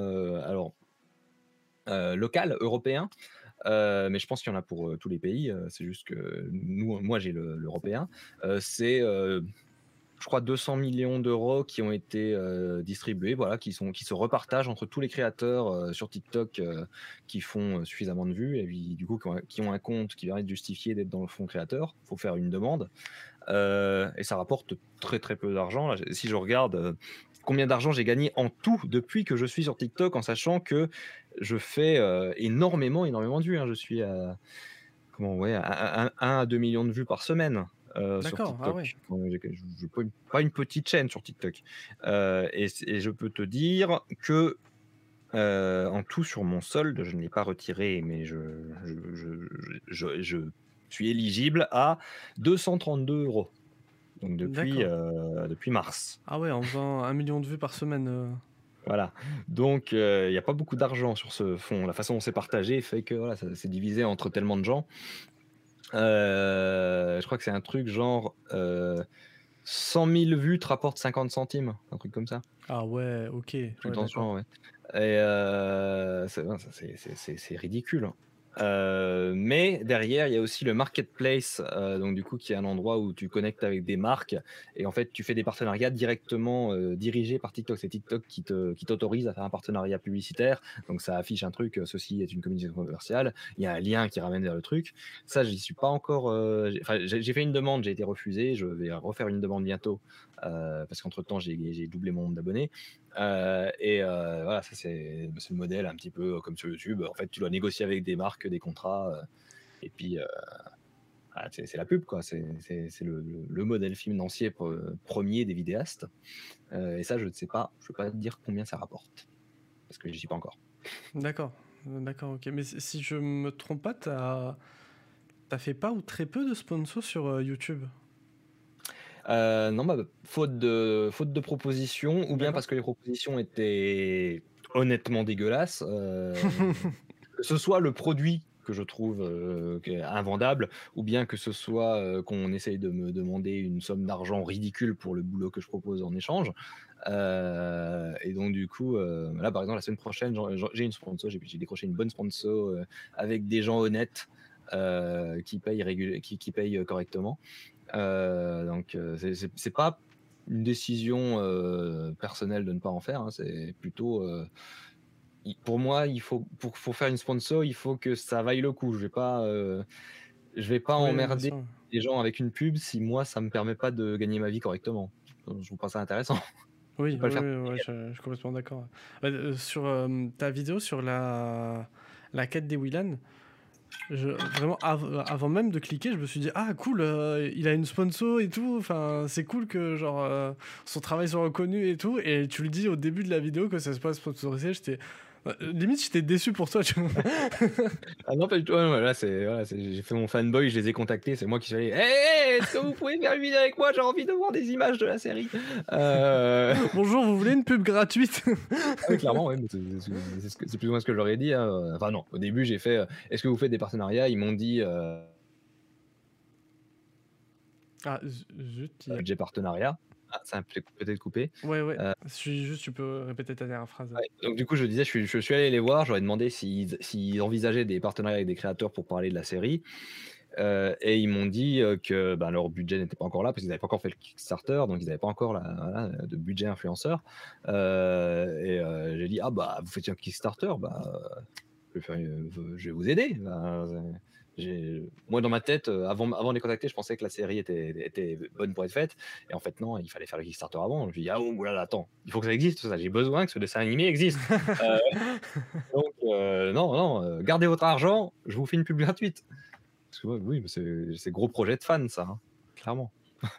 local, européen. Mais je pense qu'il y en a pour tous les pays. C'est juste que moi j'ai l'européen. C'est je crois 200 millions d'euros qui ont été distribués, voilà, qui se repartagent entre tous les créateurs sur TikTok qui font suffisamment de vues et puis du coup qui ont un compte qui permet de justifier d'être dans le fonds créateur. Il faut faire une demande et ça rapporte très très peu d'argent. Là, si je regarde combien d'argent j'ai gagné en tout depuis que je suis sur TikTok, en sachant que je fais énormément de vues, hein. Je suis à ouais, 1 à 2 millions de vues par semaine sur d'accord, ah TikTok. ouais. Je pas une petite chaîne sur TikTok. Et je peux te dire que en tout sur mon solde, je ne l'ai pas retiré, mais je suis éligible à 232 €. Donc D'accord. depuis mars. Ah ouais, en faisant 1 million de vues par semaine. Voilà. Donc il y a pas beaucoup d'argent sur ce fonds. La façon dont c'est partagé fait que voilà, ça s'est divisé entre tellement de gens. Je crois que c'est un truc genre 100 000 vues te rapportent 50 centimes, un truc comme ça. Ah ouais, ok, Plus ouais, dans ce d'accord. genre, ouais. Et c'est ridicule, hein. Mais derrière, il y a aussi le marketplace, donc du coup, qui est un endroit où tu connectes avec des marques et en fait, tu fais des partenariats directement dirigés par TikTok. C'est TikTok qui t'autorise à faire un partenariat publicitaire. Donc ça affiche un truc, ceci est une communication commerciale. Il y a un lien qui ramène vers le truc. Ça, j'y suis pas encore. J'ai fait une demande, j'ai été refusé. Je vais refaire une demande bientôt parce qu'entre-temps, j'ai doublé mon nombre d'abonnés. Et voilà, ça c'est le modèle un petit peu comme sur YouTube. En fait, tu dois négocier avec des marques que des contrats. Et puis, c'est la pub, quoi. C'est le modèle financier premier des vidéastes. Et ça, je ne sais pas, je ne peux pas te dire combien ça rapporte, parce que je n'y suis pas encore. D'accord, d'accord, ok. Mais si je me trompe pas, t'as fait pas ou très peu de sponsors sur YouTube? Non, bah, faute de propositions, ou bien D'accord. parce que les propositions étaient honnêtement dégueulasses. Que ce soit le produit que je trouve qui est invendable, ou bien que ce soit qu'on essaye de me demander une somme d'argent ridicule pour le boulot que je propose en échange. Et donc du coup, là par exemple la semaine prochaine, j'ai une sponsor, j'ai décroché une bonne sponsor avec des gens honnêtes qui payent qui payent correctement. Donc c'est pas une décision personnelle de ne pas en faire, hein, c'est plutôt pour moi, pour faire une sponsor, il faut que ça vaille le coup. Je vais pas Oui, bien emmerder sûr. les gens avec une pub si moi ça me permet pas de gagner ma vie correctement. Je trouve pas ça intéressant. Je Oui, vais pas le oui, faire. oui, ouais, je suis complètement d'accord. Sur ta vidéo sur la quête des Willan, vraiment avant même de cliquer, je me suis dit ah cool, il a une sponsor et tout. Enfin, c'est cool que genre son travail soit reconnu et tout. Et tu le dis au début de la vidéo que ça se passe sponsorisé. Limite j'étais déçu pour toi. Tu vois. Ah non, pas du tout. Ouais, ouais, là, j'ai fait mon fanboy, je les ai contactés. C'est moi qui suis allé. Hey, est-ce que vous pouvez faire une vidéo avec moi? J'ai envie de voir des images de la série. Bonjour, vous voulez une pub gratuite? Ah oui, clairement, ouais, mais c'est plus ou moins ce que j'aurais dit, hein. Enfin, non, au début, j'ai fait est-ce que vous faites des partenariats? Ils m'ont dit Ah zut. budget partenariat. Ah, ça a peut-être coupé. Ouais, ouais. Euh, Tu peux répéter ta dernière phrase. ouais. Donc, du coup, je disais, je suis allé les voir, j'aurais demandé s'ils envisageaient des partenariats avec des créateurs pour parler de la série. Et ils m'ont dit que ben, leur budget n'était pas encore là parce qu'ils n'avaient pas encore fait le Kickstarter, donc ils n'avaient pas encore voilà, de budget influenceur. J'ai dit ah bah vous faites un Kickstarter, bah je vais vous aider. Moi dans ma tête, avant de les contacter, je pensais que la série était bonne pour être faite, et en fait non, il fallait faire le Kickstarter avant. Je me suis dit ah oh là là, attends, il faut que ça existe, ça. J'ai besoin que ce dessin animé existe. Donc non non, gardez votre argent, je vous fais une pub gratuite. Parce que oui, mais c'est gros projet de fans, ça, hein, clairement.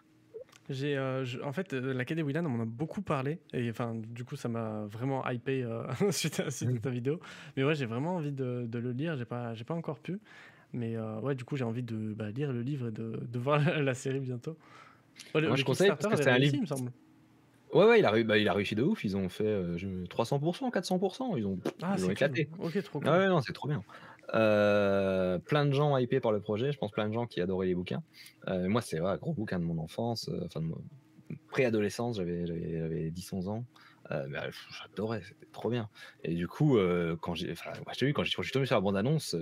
En fait, la quête des Willan, on m'en a beaucoup parlé. Et enfin, du coup, ça m'a vraiment hypé suite à ta vidéo. Mais ouais, j'ai vraiment envie de le lire. J'ai pas encore pu. Mais ouais, du coup, j'ai envie de lire le livre et de voir la série bientôt. Ouais, Moi, le je conseille parce Kickstarter que avait c'est un réussi, livre. il me semble. Ouais, ouais, il a réussi de ouf. Ils ont fait 300%, 400%. Ah, Ils ont c'est cool. éclaté. Ok, trop Ah cool. ouais, non, c'est trop bien. Plein de gens hypés par le projet. Je pense plein de gens qui adoraient les bouquins. Moi, c'est un gros bouquin de mon enfance, enfin de mon préadolescence. J'avais 10-11 ans. J'adorais, c'était trop bien. Et du coup, quand je t'ai vu, quand je suis tombé sur la bande-annonce,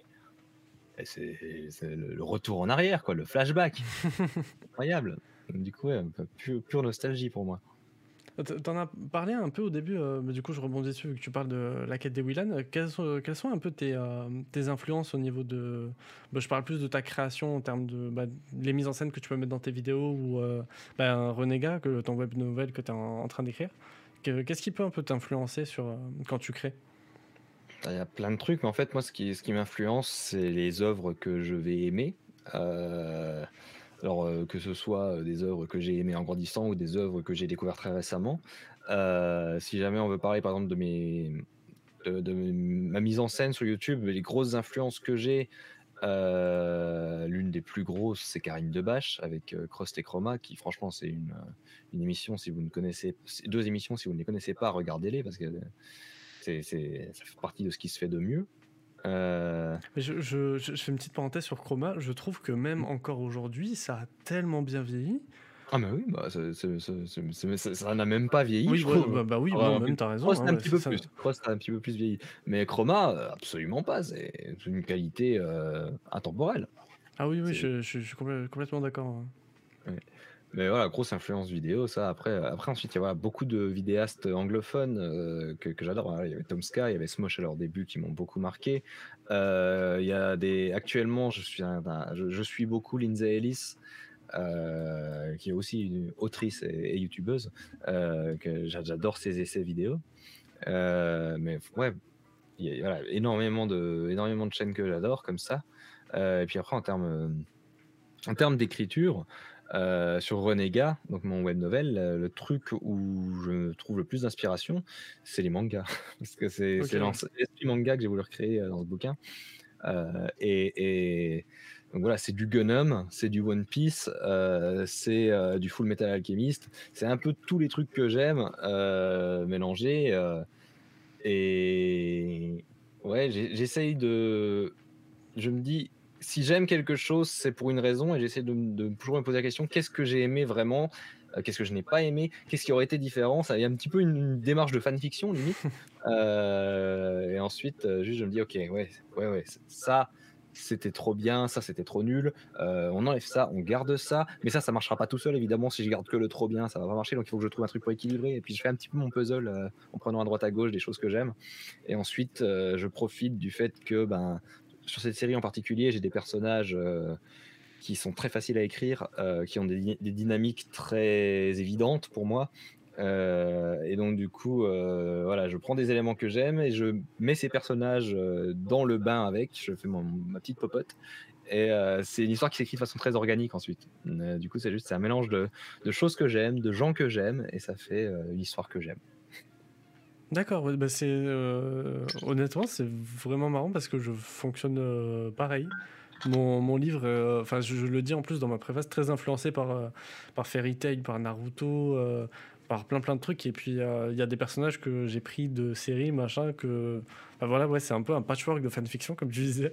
c'est le retour en arrière, quoi, le flashback. Incroyable. Du coup, ouais, pure nostalgie pour moi. T'en as parlé un peu au début, mais du coup, je rebondis dessus vu que tu parles de la quête des Willan. Quelles sont un peu tes influences au niveau de. Je parle plus de ta création en termes de les mises en scène que tu peux mettre dans tes vidéos ou un Renégat, ton web novel que tu es en train d'écrire. Qu'est-ce qui peut un peu t'influencer quand tu crées? Il y a plein de trucs, mais en fait, moi, ce qui m'influence, c'est les œuvres que je vais aimer. Euh, alors, que ce soit des œuvres que j'ai aimées en grandissant ou des œuvres que j'ai découvertes très récemment. Si jamais on veut parler, par exemple, de ma mise en scène sur YouTube, les grosses influences que j'ai, l'une des plus grosses, c'est Karine Debache avec Crust et Chroma, qui franchement, c'est une émission, si vous ne connaissez, deux émissions, si vous ne les connaissez pas, regardez-les parce que ça fait partie de ce qui se fait de mieux. Mais je fais une petite parenthèse sur Chroma. Je trouve que même encore aujourd'hui, ça a tellement bien vieilli. Ah mais oui, bah, ça n'a même pas vieilli, Oui, je ouais, trouve. oui, Ah, bon, bah, même t'as raison. Frost Hein, un ouais, petit peu ça. plus. Frost a un petit peu plus vieilli. Mais Chroma, absolument pas. C'est une qualité intemporelle. Ah oui, oui, C'est, je suis complètement d'accord. Hein. ouais. Mais voilà, grosse influence vidéo, ça. Après ensuite, il y a voilà, beaucoup de vidéastes anglophones que j'adore. Voilà, il y avait Tom Sky, il y avait Smosh à leur début qui m'ont beaucoup marqué. Il y a actuellement, je suis beaucoup Lindsay Ellis, qui est aussi une autrice et youtubeuse, que j'adore ses essais vidéo. Mais ouais, il y a voilà, énormément de chaînes que j'adore comme ça. Et puis après en termes d'écriture, sur Renégat, donc mon web novel, le truc où je trouve le plus d'inspiration, c'est les mangas. Parce que Ok, c'est ouais. l'esprit manga que j'ai voulu recréer, dans ce bouquin. Et donc voilà, c'est du Gundam, c'est du One Piece, c'est, du Full Metal Alchemist. C'est un peu tous les trucs que j'aime, mélangés, et ouais, j'essaye de je me dis: «Si j'aime quelque chose, c'est pour une raison», et j'essaie de toujours me poser la question: «Qu'est-ce que j'ai aimé vraiment? Qu'est-ce que je n'ai pas aimé? Qu'est-ce qui aurait été différent?» Ça y a un petit peu une démarche de fanfiction limite, et ensuite, juste je me dis: «OK, ouais, ça, c'était trop bien, ça, c'était trop nul, on enlève ça, on garde ça». Mais ça marchera pas tout seul évidemment, si je garde que le trop bien, ça va pas marcher, donc il faut que je trouve un truc pour équilibrer, et puis je fais un petit peu mon puzzle, en prenant à droite à gauche des choses que j'aime. Et ensuite, je profite du fait que, ben, sur cette série en particulier, j'ai des personnages, qui sont très faciles à écrire, qui ont des dynamiques très évidentes pour moi. Et donc du coup, voilà, je prends des éléments que j'aime et je mets ces personnages, dans le bain avec. Je fais ma petite popote, et c'est une histoire qui s'écrit de façon très organique ensuite. Du coup, c'est un mélange de choses que j'aime, de gens que j'aime, et ça fait, une histoire que j'aime. D'accord, ouais, bah c'est honnêtement, c'est vraiment marrant parce que je fonctionne pareil. Mon livre, enfin, je le dis en plus dans ma préface, très influencé par Fairy Tail, par Naruto, par plein de trucs. Et puis, il y a des personnages que j'ai pris de séries, machin, que. Bah voilà, ouais, c'est un peu un patchwork de fanfiction, comme tu disais.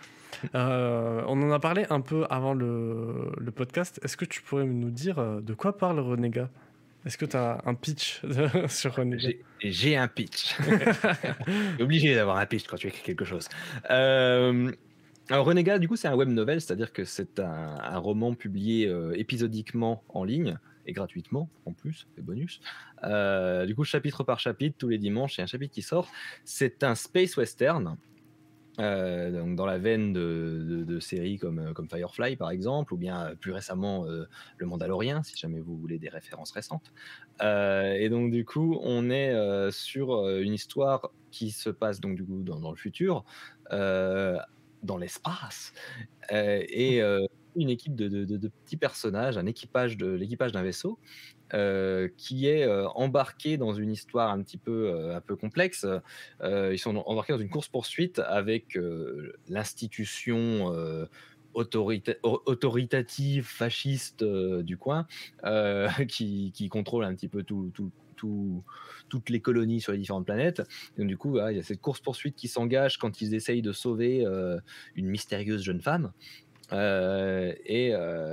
On en a parlé un peu avant le podcast. Est-ce que tu pourrais nous dire de quoi parle Renégat? Est-ce que tu as un pitch sur Renégat? J'ai un pitch. Tu obligé d'avoir un pitch quand tu écris quelque chose. Hem, alors Renégat, du coup, c'est un web novel, c'est-à-dire que c'est un roman publié, épisodiquement en ligne, et gratuitement en plus, c'est bonus. Du coup, chapitre par chapitre, tous les dimanches, il y a un chapitre qui sort. C'est un space western, donc dans la veine de séries comme Firefly par exemple, ou bien, plus récemment, Le Mandalorian, si jamais vous voulez des références récentes. Et donc du coup, on est, sur, une histoire qui se passe donc du coup dans le futur, heu, dans l'espace, et une équipe de petits personnages, l'équipage d'un vaisseau, qui est, embarqué dans une histoire un peu complexe. Ils sont embarqués dans une course-poursuite avec, l'institution, autoritative, fasciste, du coin, qui contrôle un petit peu toutes les colonies sur les différentes planètes. Et donc du coup, voilà, il y a cette course-poursuite qui s'engage quand ils essayent de sauver, une mystérieuse jeune femme. Et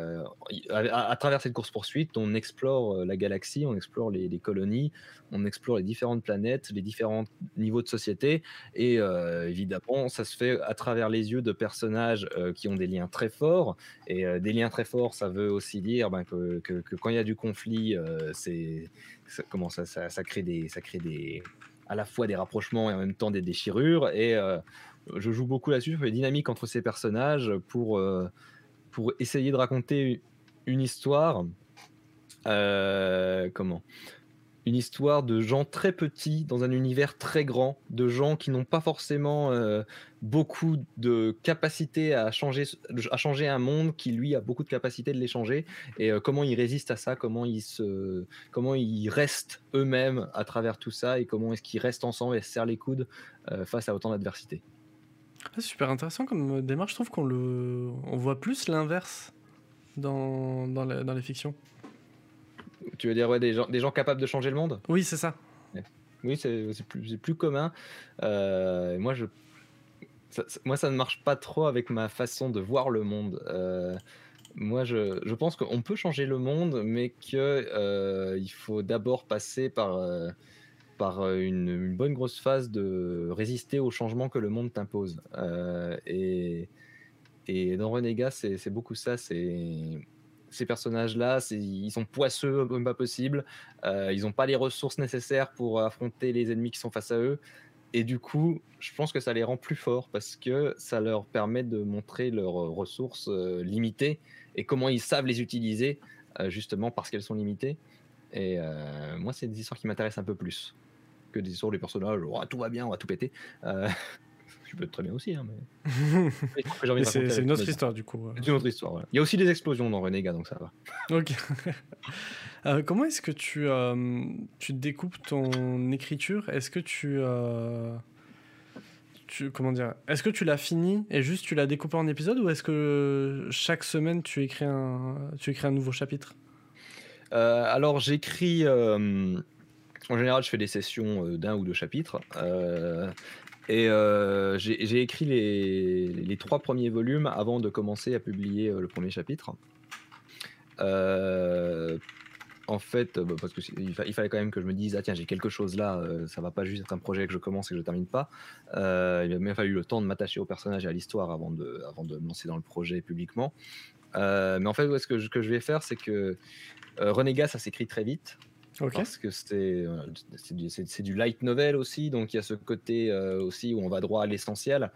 à travers cette course-poursuite, on explore, la galaxie, on explore les colonies, on explore les différentes planètes, les différents niveaux de société, et évidemment, ça se fait à travers les yeux de personnages, qui ont des liens très forts, et des liens très forts, ça veut aussi dire, ben, que quand il y a du conflit, ça crée des à la fois des rapprochements et en même temps des déchirures, et je joue beaucoup là-dessus, sur les dynamiques entre ces personnages pour essayer de raconter une histoire, comment? Une histoire de gens très petits dans un univers très grand, de gens qui n'ont pas forcément, beaucoup de capacité à changer un monde qui lui a beaucoup de capacité de les changer, et comment ils résistent à ça, comment ils restent eux-mêmes à travers tout ça, et comment est-ce qu'ils restent ensemble et se serrent les coudes, face à autant d'adversité. Ah, c'est super intéressant comme démarche. Je trouve on voit plus l'inverse dans les fictions. Tu veux dire, ouais, des gens capables de changer le monde? Oui, c'est ça. Ouais. Oui, c'est plus commun. Moi, moi, ça ne marche pas trop avec ma façon de voir le monde. Moi, je pense qu'on peut changer le monde, mais que, il faut d'abord passer par une bonne grosse phase de résister aux changements que le monde t'impose. Et dans Renégat, c'est beaucoup ça. Ces personnages-là, ils sont poisseux comme pas possible. Ils n'ont pas les ressources nécessaires pour affronter les ennemis qui sont face à eux. Et du coup, je pense que ça les rend plus forts parce que ça leur permet de montrer leurs, ressources, limitées, et comment ils savent les utiliser, justement parce qu'elles sont limitées. Et moi, c'est des histoires qui m'intéressent un peu plus. que des histoires où les personnages, oh, tout va bien, on va tout péter. Je peux être très bien aussi, hein, mais j'ai envie Mais de raconter c'est avec une autre Renégat. histoire du coup. C'est une autre histoire, voilà. Il y a aussi des explosions dans Renégat, donc ça va. Ok. Comment est-ce que tu découpes ton écriture? Est-ce que comment dire? Est-ce que tu l'as fini et juste tu l'as découpé en épisodes ou est-ce que chaque semaine tu écris un nouveau chapitre? Alors j'écris, en général, je fais des sessions d'1 ou 2 chapitres. Et j'ai écrit les 3 premiers volumes avant de commencer à publier le premier chapitre. En fait, parce que il fallait quand même que je me dise ah tiens, j'ai quelque chose là, ça va pas juste être un projet que je commence et que je termine pas. Il a même fallu le temps de m'attacher au personnage et à l'histoire avant de me lancer dans le projet publiquement. Mais en fait, ouais, ce que je vais faire, c'est que Renégat, ça s'écrit très vite. Ok. Parce que c'est du light novel aussi, donc il y a ce côté aussi où on va droit à l'essentiel.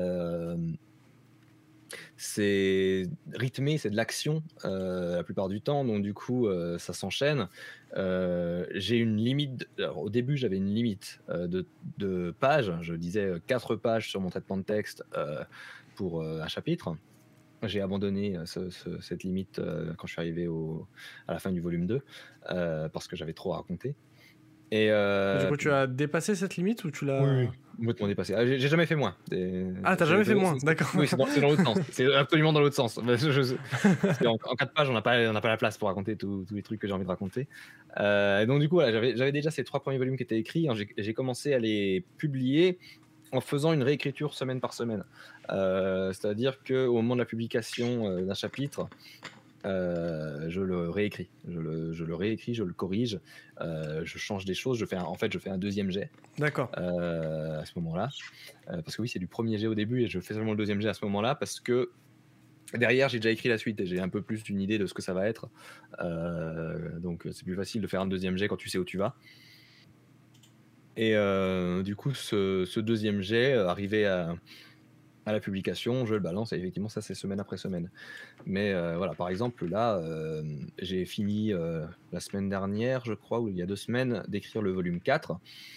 C'est rythmé, c'est de l'action la plupart du temps, donc du coup ça s'enchaîne. J'ai une limite. Alors, au début, j'avais une limite de pages. Je disais 4 pages sur mon traitement de texte pour un chapitre. J'ai abandonné cette limite quand je suis arrivé à la fin du volume 2 parce que j'avais trop à raconter. Et Du coup, tu as dépassé cette limite ou tu oui, l'as... oui, complètement dépassé. Ah, j'ai jamais fait moins. Ah, t'as jamais fait moins, d'accord. Oui, c'est dans l'autre sens. C'est absolument dans l'autre sens. Parce qu'en 4 pages, on n'a pas la place pour raconter tous les trucs que j'ai envie de raconter. Et donc du coup, voilà, j'avais déjà ces 3 premiers volumes qui étaient écrits. J'ai commencé à les publier en faisant une réécriture semaine par semaine. C'est-à-dire qu'au moment de la publication d'un chapitre, je le réécris. Je le réécris, je le corrige, je change des choses. Je fais un deuxième jet D'accord. à ce moment-là. Parce que oui, c'est du premier jet au début et je fais seulement le deuxième jet à ce moment-là parce que derrière, j'ai déjà écrit la suite et j'ai un peu plus d'une idée de ce que ça va être. Donc c'est plus facile de faire un deuxième jet quand tu sais où tu vas. Et du coup, ce deuxième jet, arrivé à la publication, je le balance et effectivement, ça, c'est semaine après semaine. Mais voilà, par exemple, là, j'ai fini la semaine dernière, je crois, ou il y a 2 semaines, d'écrire le volume 4.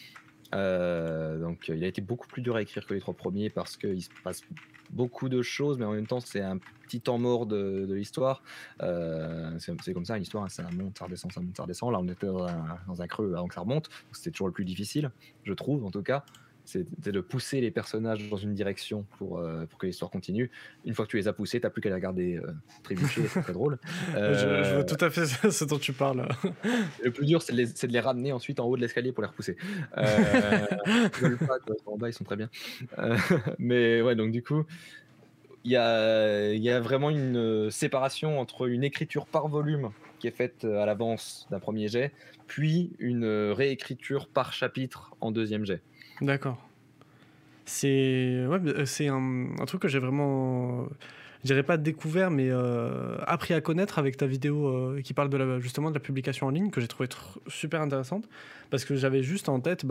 Donc il a été beaucoup plus dur à écrire que les 3 premiers parce qu'il se passe beaucoup de choses, mais en même temps, c'est un petit temps mort de l'histoire. C'est comme ça, une histoire, hein, ça monte, ça redescend, ça monte, ça redescend. Là, on était dans un creux avant que ça remonte. C'était toujours le plus difficile, je trouve, en tout cas. C'est de pousser les personnages dans une direction pour que l'histoire continue. Une fois que tu les as poussés, tu n'as plus qu'à les regarder trébucher, c'est très drôle. Je vois tout à fait ce dont tu parles. Le plus dur, c'est de les ramener ensuite en haut de l'escalier pour les repousser. Ils veulent pas, quoi, en bas, ils sont très bien. Mais ouais, donc du coup, il y a vraiment une séparation entre une écriture par volume qui est faite à l'avance d'un premier jet, puis une réécriture par chapitre en deuxième jet. D'accord. C'est un truc que j'ai vraiment, je dirais pas découvert, mais appris à connaître avec ta vidéo qui parle justement de la publication en ligne, que j'ai trouvé super intéressante, parce que j'avais juste en tête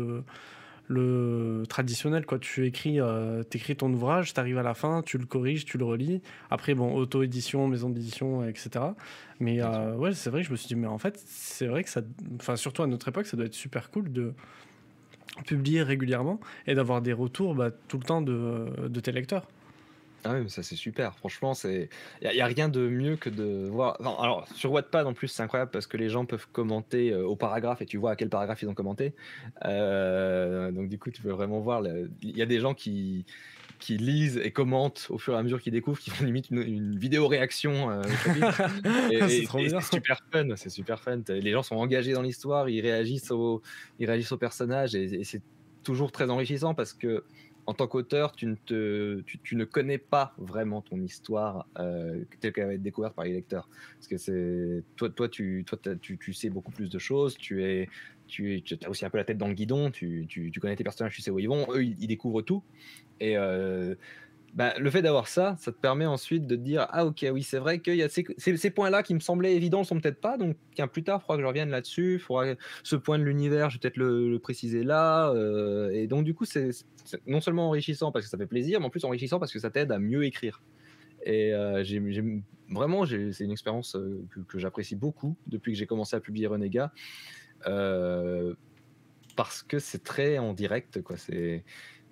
le traditionnel, quoi. Tu t'écris ton ouvrage, t'arrives à la fin, tu le corriges, tu le relis. Après, bon, auto-édition, maison d'édition, etc. Mais ouais, c'est vrai que je me suis dit, mais en fait, c'est vrai que enfin, surtout à notre époque, ça doit être super cool de publier régulièrement et d'avoir des retours tout le temps de tes lecteurs. Ah oui, mais ça c'est super. Franchement, y a rien de mieux que de voir. Enfin, alors sur Wattpad en plus, c'est incroyable parce que les gens peuvent commenter au paragraphe et tu vois à quel paragraphe ils ont commenté. Donc du coup, tu peux vraiment voir. Il y a des gens qui lisent et commentent au fur et à mesure qu'ils découvrent, qui font limite une vidéo réaction au chapitre. C'est trop bien. C'est super fun. C'est super fun. Les gens sont engagés dans l'histoire, ils réagissent aux personnages et c'est toujours très enrichissant parce que en tant qu'auteur, tu ne connais pas vraiment ton histoire telle qu'elle va être découverte par les lecteurs. Parce que c'est toi, tu sais beaucoup plus de choses. Tu as aussi un peu la tête dans le guidon. Tu connais tes personnages, tu sais où ils vont. Eux, ils découvrent tout. Et le fait d'avoir ça te permet ensuite de te dire ah ok oui c'est vrai qu'il y a ces points-là qui me semblaient évidents ne sont peut-être pas, donc tiens plus tard il faudra que je revienne là-dessus, ce point de l'univers je vais peut-être le préciser là, et donc du coup c'est non seulement enrichissant parce que ça fait plaisir, mais en plus enrichissant parce que ça t'aide à mieux écrire. Et vraiment c'est une expérience que j'apprécie beaucoup depuis que j'ai commencé à publier Renégat. parce que c'est très en direct, quoi. C'est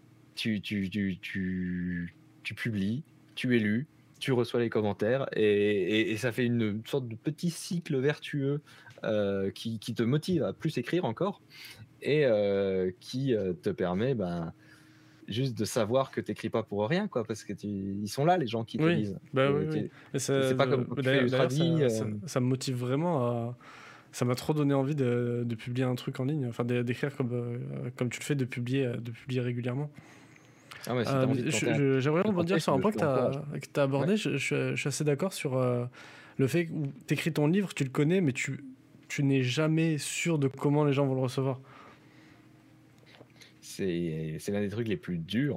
tu publies, tu es lu, tu reçois les commentaires et ça fait une sorte de petit cycle vertueux qui te motive à plus écrire encore et qui te permet juste de savoir que tu n'écris pas pour rien, quoi, parce que ils sont là, les gens qui te Oui, lisent. bah oui, Et oui. Mais c'est pas comme quand tu fais du d'ailleurs, tradi. ça me motive vraiment à. Ça m'a trop donné envie de publier un truc en ligne, enfin d'écrire comme tu le fais, de publier régulièrement. Ah ouais, si tu as envie de tenter J'aimerais de rebondir tenter, sur un point que je l'encourage. tu as Ouais. abordé. Je suis assez d'accord sur le fait que tu écris ton livre, tu le connais, mais tu n'es jamais sûr de comment les gens vont le recevoir. C'est l'un des trucs les plus durs.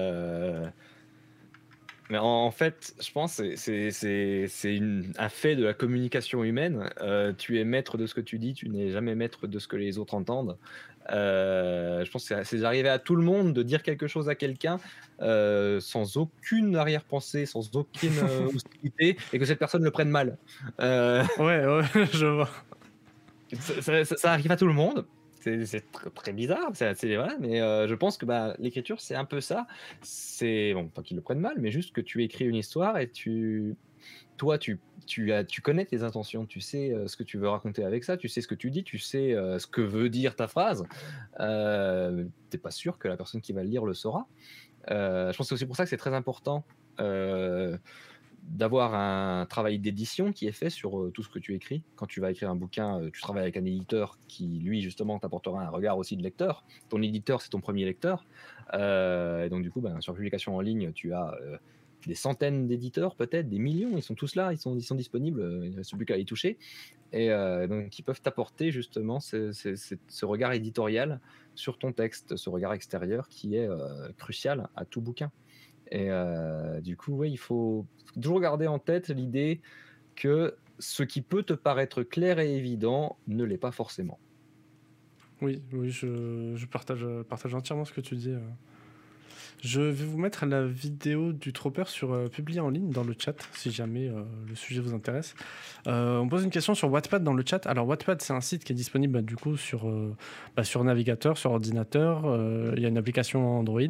Mais en fait, je pense que c'est un fait de la communication humaine. Tu es maître de ce que tu dis, tu n'es jamais maître de ce que les autres entendent. Je pense que c'est arrivé à tout le monde de dire quelque chose à quelqu'un sans aucune arrière-pensée, sans aucune hostilité, et que cette personne le prenne mal. Ouais, je vois. Ça arrive à tout le monde. C'est très bizarre, voilà, mais je pense que l'écriture, c'est un peu ça. C'est bon, pas qu'ils le prennent mal, mais juste que tu écris une histoire et toi, tu connais tes intentions, tu sais ce que tu veux raconter avec ça, tu sais ce que tu dis, tu sais ce que veut dire ta phrase. T'es pas sûr que la personne qui va le lire le saura. Je pense que c'est aussi pour ça que c'est très important d'avoir un travail d'édition qui est fait sur tout ce que tu écris. Quand tu vas écrire un bouquin, tu travailles avec un éditeur qui, lui, justement, t'apportera un regard aussi de lecteur. Ton éditeur, c'est ton premier lecteur. Et donc, du coup, sur publication en ligne, tu as des centaines d'éditeurs, peut-être, des millions. Ils sont tous là, ils sont disponibles. Il ne reste plus qu'à y toucher. Et donc, ils peuvent t'apporter, justement, ce regard éditorial sur ton texte, ce regard extérieur qui est crucial à tout bouquin. Et du coup, ouais, il faut toujours garder en tête l'idée que ce qui peut te paraître clair et évident ne l'est pas forcément. Oui, je partage entièrement ce que tu dis. Je vais vous mettre la vidéo du Tropper sur publier en ligne dans le chat, si jamais le sujet vous intéresse. On pose une question sur Wattpad dans le chat. Alors Wattpad, c'est un site qui est disponible du coup sur navigateur, sur ordinateur. Il y a une application Android,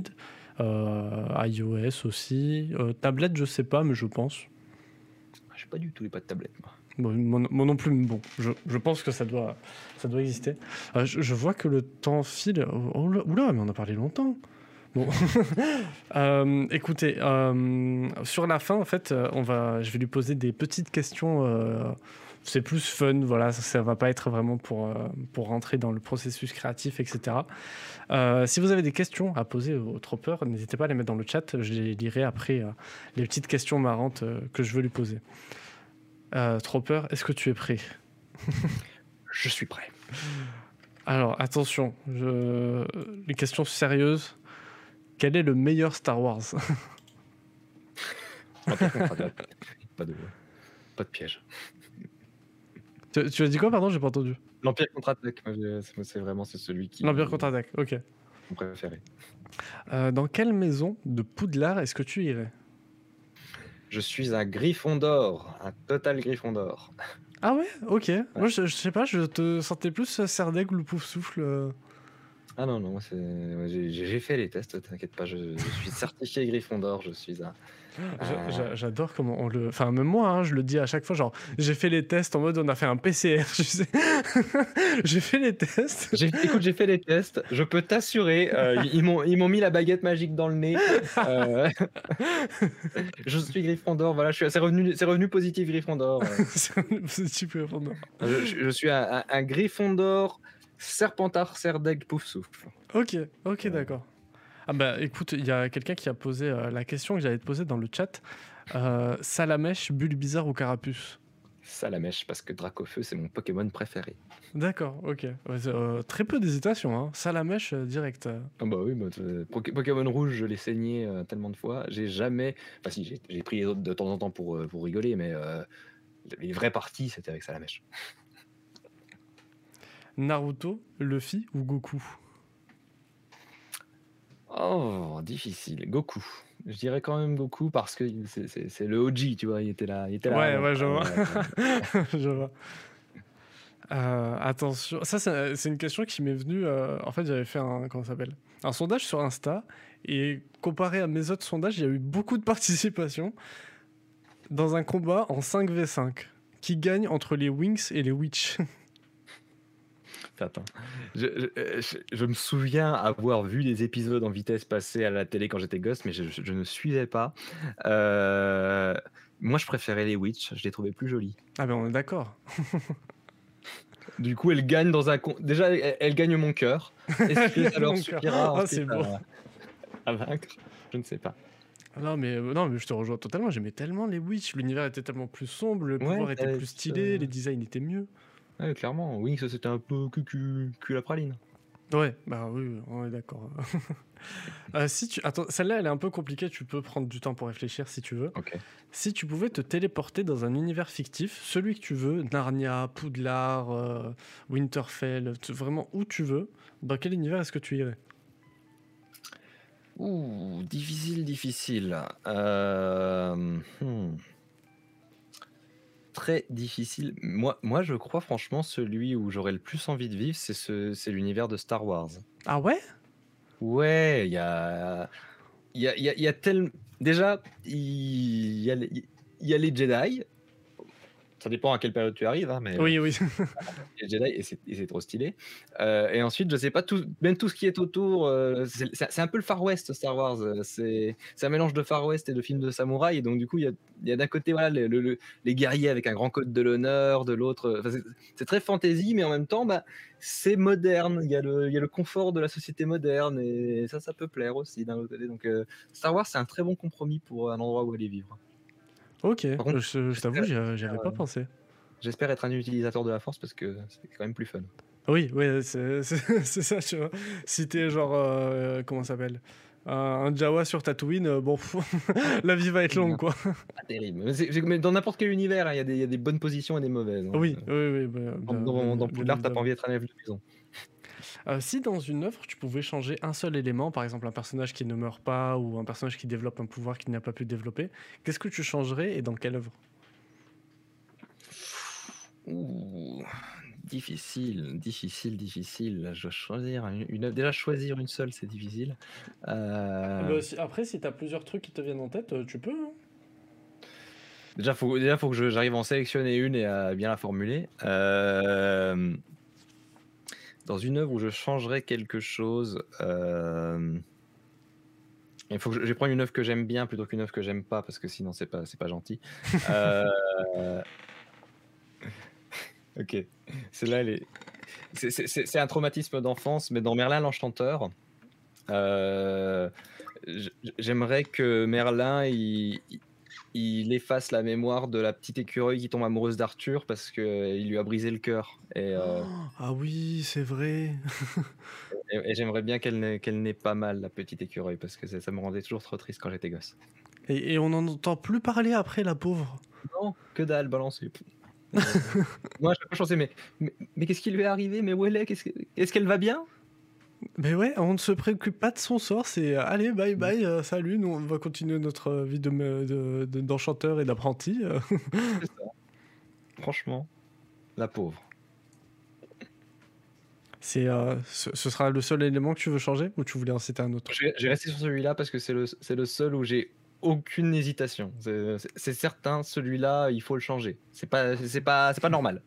iOS aussi. Tablette, je sais pas, mais je pense. Je n'ai pas du tout les pas de tablette, moi. Bon, moi non plus, mais bon, je pense que ça doit exister. Je vois que le temps file. Oula, mais on a parlé longtemps. Bon, écoutez, sur la fin, en fait, je vais lui poser des petites questions. C'est plus fun, voilà, ça va pas être vraiment pour rentrer dans le processus créatif, etc. Si vous avez des questions à poser au Tropper, n'hésitez pas à les mettre dans le chat. Je les lirai après les petites questions marrantes que je veux lui poser. Tropper, est-ce que tu es prêt? Je suis prêt. Alors, attention, les questions sérieuses. Quel est le meilleur Star Wars? Pas de piège. Tu as dit quoi, pardon? J'ai pas entendu. L'Empire contre-attaque, c'est celui qui... L'Empire contre-attaque, ok. Mon préféré. Dans quelle maison de Poudlard est-ce que tu irais? Je suis un Gryffondor, un total Gryffondor. Ah ouais? Ok. Ouais. Moi, je sais pas, je te sentais plus Serdaigle ou Poufsouffle. Ah non, j'ai fait les tests, t'inquiète pas, je suis certifié Gryffondor, je suis un... J'adore comment on le... Enfin, même moi, hein, je le dis à chaque fois, genre, j'ai fait les tests en mode, on a fait un PCR, je sais. J'ai fait les tests. Écoute, j'ai fait les tests, je peux t'assurer, ils m'ont mis la baguette magique dans le nez. Je suis Gryffondor, voilà, c'est revenu positif Gryffondor. C'est revenu positif Gryffondor. Je suis un Gryffondor, Serpentard, Serdaigle, Poufsouffle. Ok, d'accord. Ah bah écoute, il y a quelqu'un qui a posé la question que j'allais te poser dans le chat. Salamèche, Bulbizarre ou Carapuce? Salamèche, parce que Dracofeu, c'est mon Pokémon préféré. D'accord, ok. Très peu d'hésitation, hein. Salamèche, direct. Ah bah oui, Pokémon Rouge, je l'ai saigné tellement de fois. J'ai jamais... Enfin si, j'ai pris les autres de temps en temps pour rigoler, mais les vraies parties, c'était avec Salamèche. Naruto, Luffy ou Goku? Oh, difficile. Goku. Je dirais quand même Goku parce que c'est le OG, tu vois, il était là. Ouais, je vois. Je vois. Attention, ça c'est une question qui m'est venue. En fait, j'avais fait comment ça s'appelle, un sondage sur Insta et comparé à mes autres sondages, il y a eu beaucoup de participation dans un combat en 5v5. Qui gagne entre les Winx et les Witch? Attends, je me souviens avoir vu des épisodes en vitesse passer à la télé quand j'étais gosse, mais je ne suivais pas. Moi, je préférais les Witch, je les trouvais plus jolies. Ah ben on est d'accord. Du coup, elle gagne dans un déjà, elle gagne mon cœur. Est-ce que ça leur Mon cœur. suffira Ah, ensuite c'est beau. à vaincre? Je ne sais pas. Non mais je te rejoins totalement. J'aimais tellement les Witch. L'univers était tellement plus sombre, le Ouais, pouvoir était plus stylé, les designs étaient mieux. Ouais, clairement. Winx, c'était un peu cul la praline. Ouais, bah oui, on est d'accord. Attends, celle-là, elle est un peu compliquée. Tu peux prendre du temps pour réfléchir si tu veux. Ok. Si tu pouvais te téléporter dans un univers fictif, celui que tu veux, Narnia, Poudlard, Winterfell, vraiment où tu veux, dans quel univers est-ce que tu irais? Ouh, difficile. Très difficile. Moi, je crois franchement celui où j'aurais le plus envie de vivre, c'est l'univers de Star Wars. Ah ouais? Ouais, il y a déjà il y a les Jedi. Ça dépend à quelle période tu arrives, hein, mais Oui. les Jedi et c'est trop stylé. Et ensuite, je sais pas même tout ce qui est autour. C'est un peu le Far West Star Wars. C'est un mélange de Far West et de films de samouraï. Et donc du coup, il y a d'un côté voilà les guerriers avec un grand code de l'honneur, de l'autre. C'est très fantasy, mais en même temps, bah, c'est moderne. Il y a le confort de la société moderne et ça peut plaire aussi d'un autre côté. Donc Star Wars, c'est un très bon compromis pour un endroit où aller vivre. Ok, Par contre, je t'avoue, j'avais pas pensé. J'espère être un utilisateur de la force parce que c'est quand même plus fun. Oui, c'est ça, tu vois. Si t'es genre, comment ça s'appelle, un Jawa sur Tatooine, bon, la vie va être longue, quoi. Pas terrible. Mais dans n'importe quel univers, hein, il y a des bonnes positions et des mauvaises. Hein. Oui. Dans Poudlard, t'as pas envie d'être un élève de maison. Si dans une œuvre, tu pouvais changer un seul élément, par exemple un personnage qui ne meurt pas ou un personnage qui développe un pouvoir qu'il n'a pas pu développer, qu'est-ce que tu changerais et dans quelle œuvre? Ouh, difficile. Là, je dois choisir une œuvre. Déjà, choisir une seule, c'est difficile. Après, si t'as plusieurs trucs qui te viennent en tête, tu peux. Hein. Déjà, faut que j'arrive à en sélectionner une et à bien la formuler. Dans une œuvre où je changerais quelque chose, il faut que je prenne une œuvre que j'aime bien plutôt qu'une œuvre que j'aime pas parce que sinon c'est pas gentil. Ok, celle-là, c'est un traumatisme d'enfance, mais dans Merlin l'Enchanteur, j'aimerais que Merlin il efface la mémoire de la petite écureuil qui tombe amoureuse d'Arthur parce qu'il lui a brisé le cœur. Ah oui, c'est vrai. Et j'aimerais bien qu'elle n'ait pas mal, la petite écureuil, parce que ça me rendait toujours trop triste quand j'étais gosse. Et on n'en entend plus parler après, la pauvre. Non, que dalle, balancé. Moi, je peux chanter, mais qu'est-ce qui lui est arrivé? Mais où elle est? Est-ce qu'elle va bien? Mais ouais, on ne se préoccupe pas de son sort, c'est allez, bye bye, salut, nous on va continuer notre vie d'enchanteur et d'apprenti. C'est ça. Franchement, la pauvre. Ce sera le seul élément que tu veux changer ou tu voulais en citer un autre? J'ai resté sur celui-là parce que c'est le seul où j'ai aucune hésitation. C'est certain, celui-là, il faut le changer. C'est pas normal.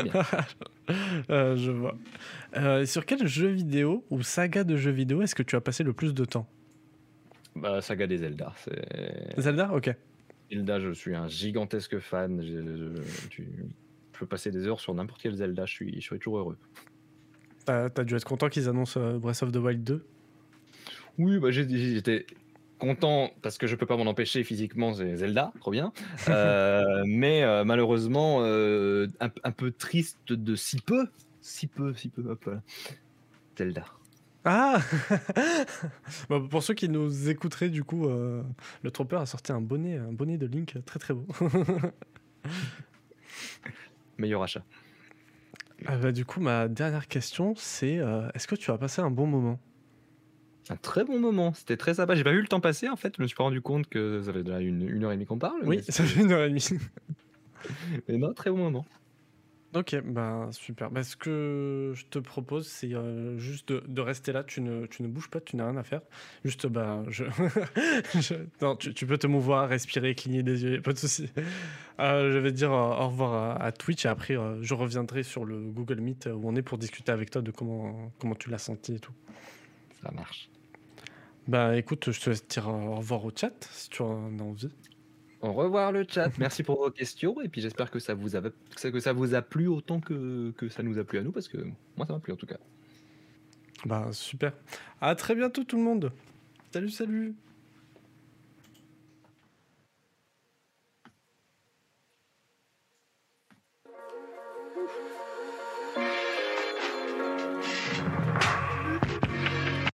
Je vois. Sur quel jeu vidéo ou saga de jeux vidéo est-ce que tu as passé le plus de temps? Bah, saga des Zelda. Zelda, ok. Zelda, je suis un gigantesque fan. Je peux passer des heures sur n'importe quel Zelda. Je suis toujours heureux. T'as dû être content qu'ils annoncent Breath of the Wild 2? Oui, bah, j'étais content parce que je peux pas m'en empêcher physiquement, c'est Zelda, trop bien. Mais malheureusement, un peu triste de si peu, hop, voilà. Zelda. Ah bon, pour ceux qui nous écouteraient, du coup, le Trooper a sorti un bonnet de Link très très beau. Meilleur achat. Du coup, ma dernière question, c'est est-ce que tu as passé un bon moment? Un très bon moment, c'était très sympa. J'ai pas vu le temps passer en fait, je me suis pas rendu compte que ça fait déjà une heure et demie qu'on parle. Oui, ça fait 1h30. Mais non, très bon moment. Ok, ben super. Ben, ce que je te propose, c'est juste de rester là. Tu ne bouges pas, tu n'as rien à faire. Juste, ben, non, tu peux te mouvoir, respirer, cligner des yeux, y a pas de souci. Je vais te dire au revoir à Twitch et après, je reviendrai sur le Google Meet où on est pour discuter avec toi de comment tu l'as senti et tout. Ça marche. Ben écoute, je te laisse dire au revoir au chat si tu en as envie. Au revoir le chat, merci pour vos questions et puis j'espère que ça vous a plu autant que ça nous a plu à nous parce que moi ça m'a plu en tout cas. Ben super. À très bientôt tout le monde. Salut, salut.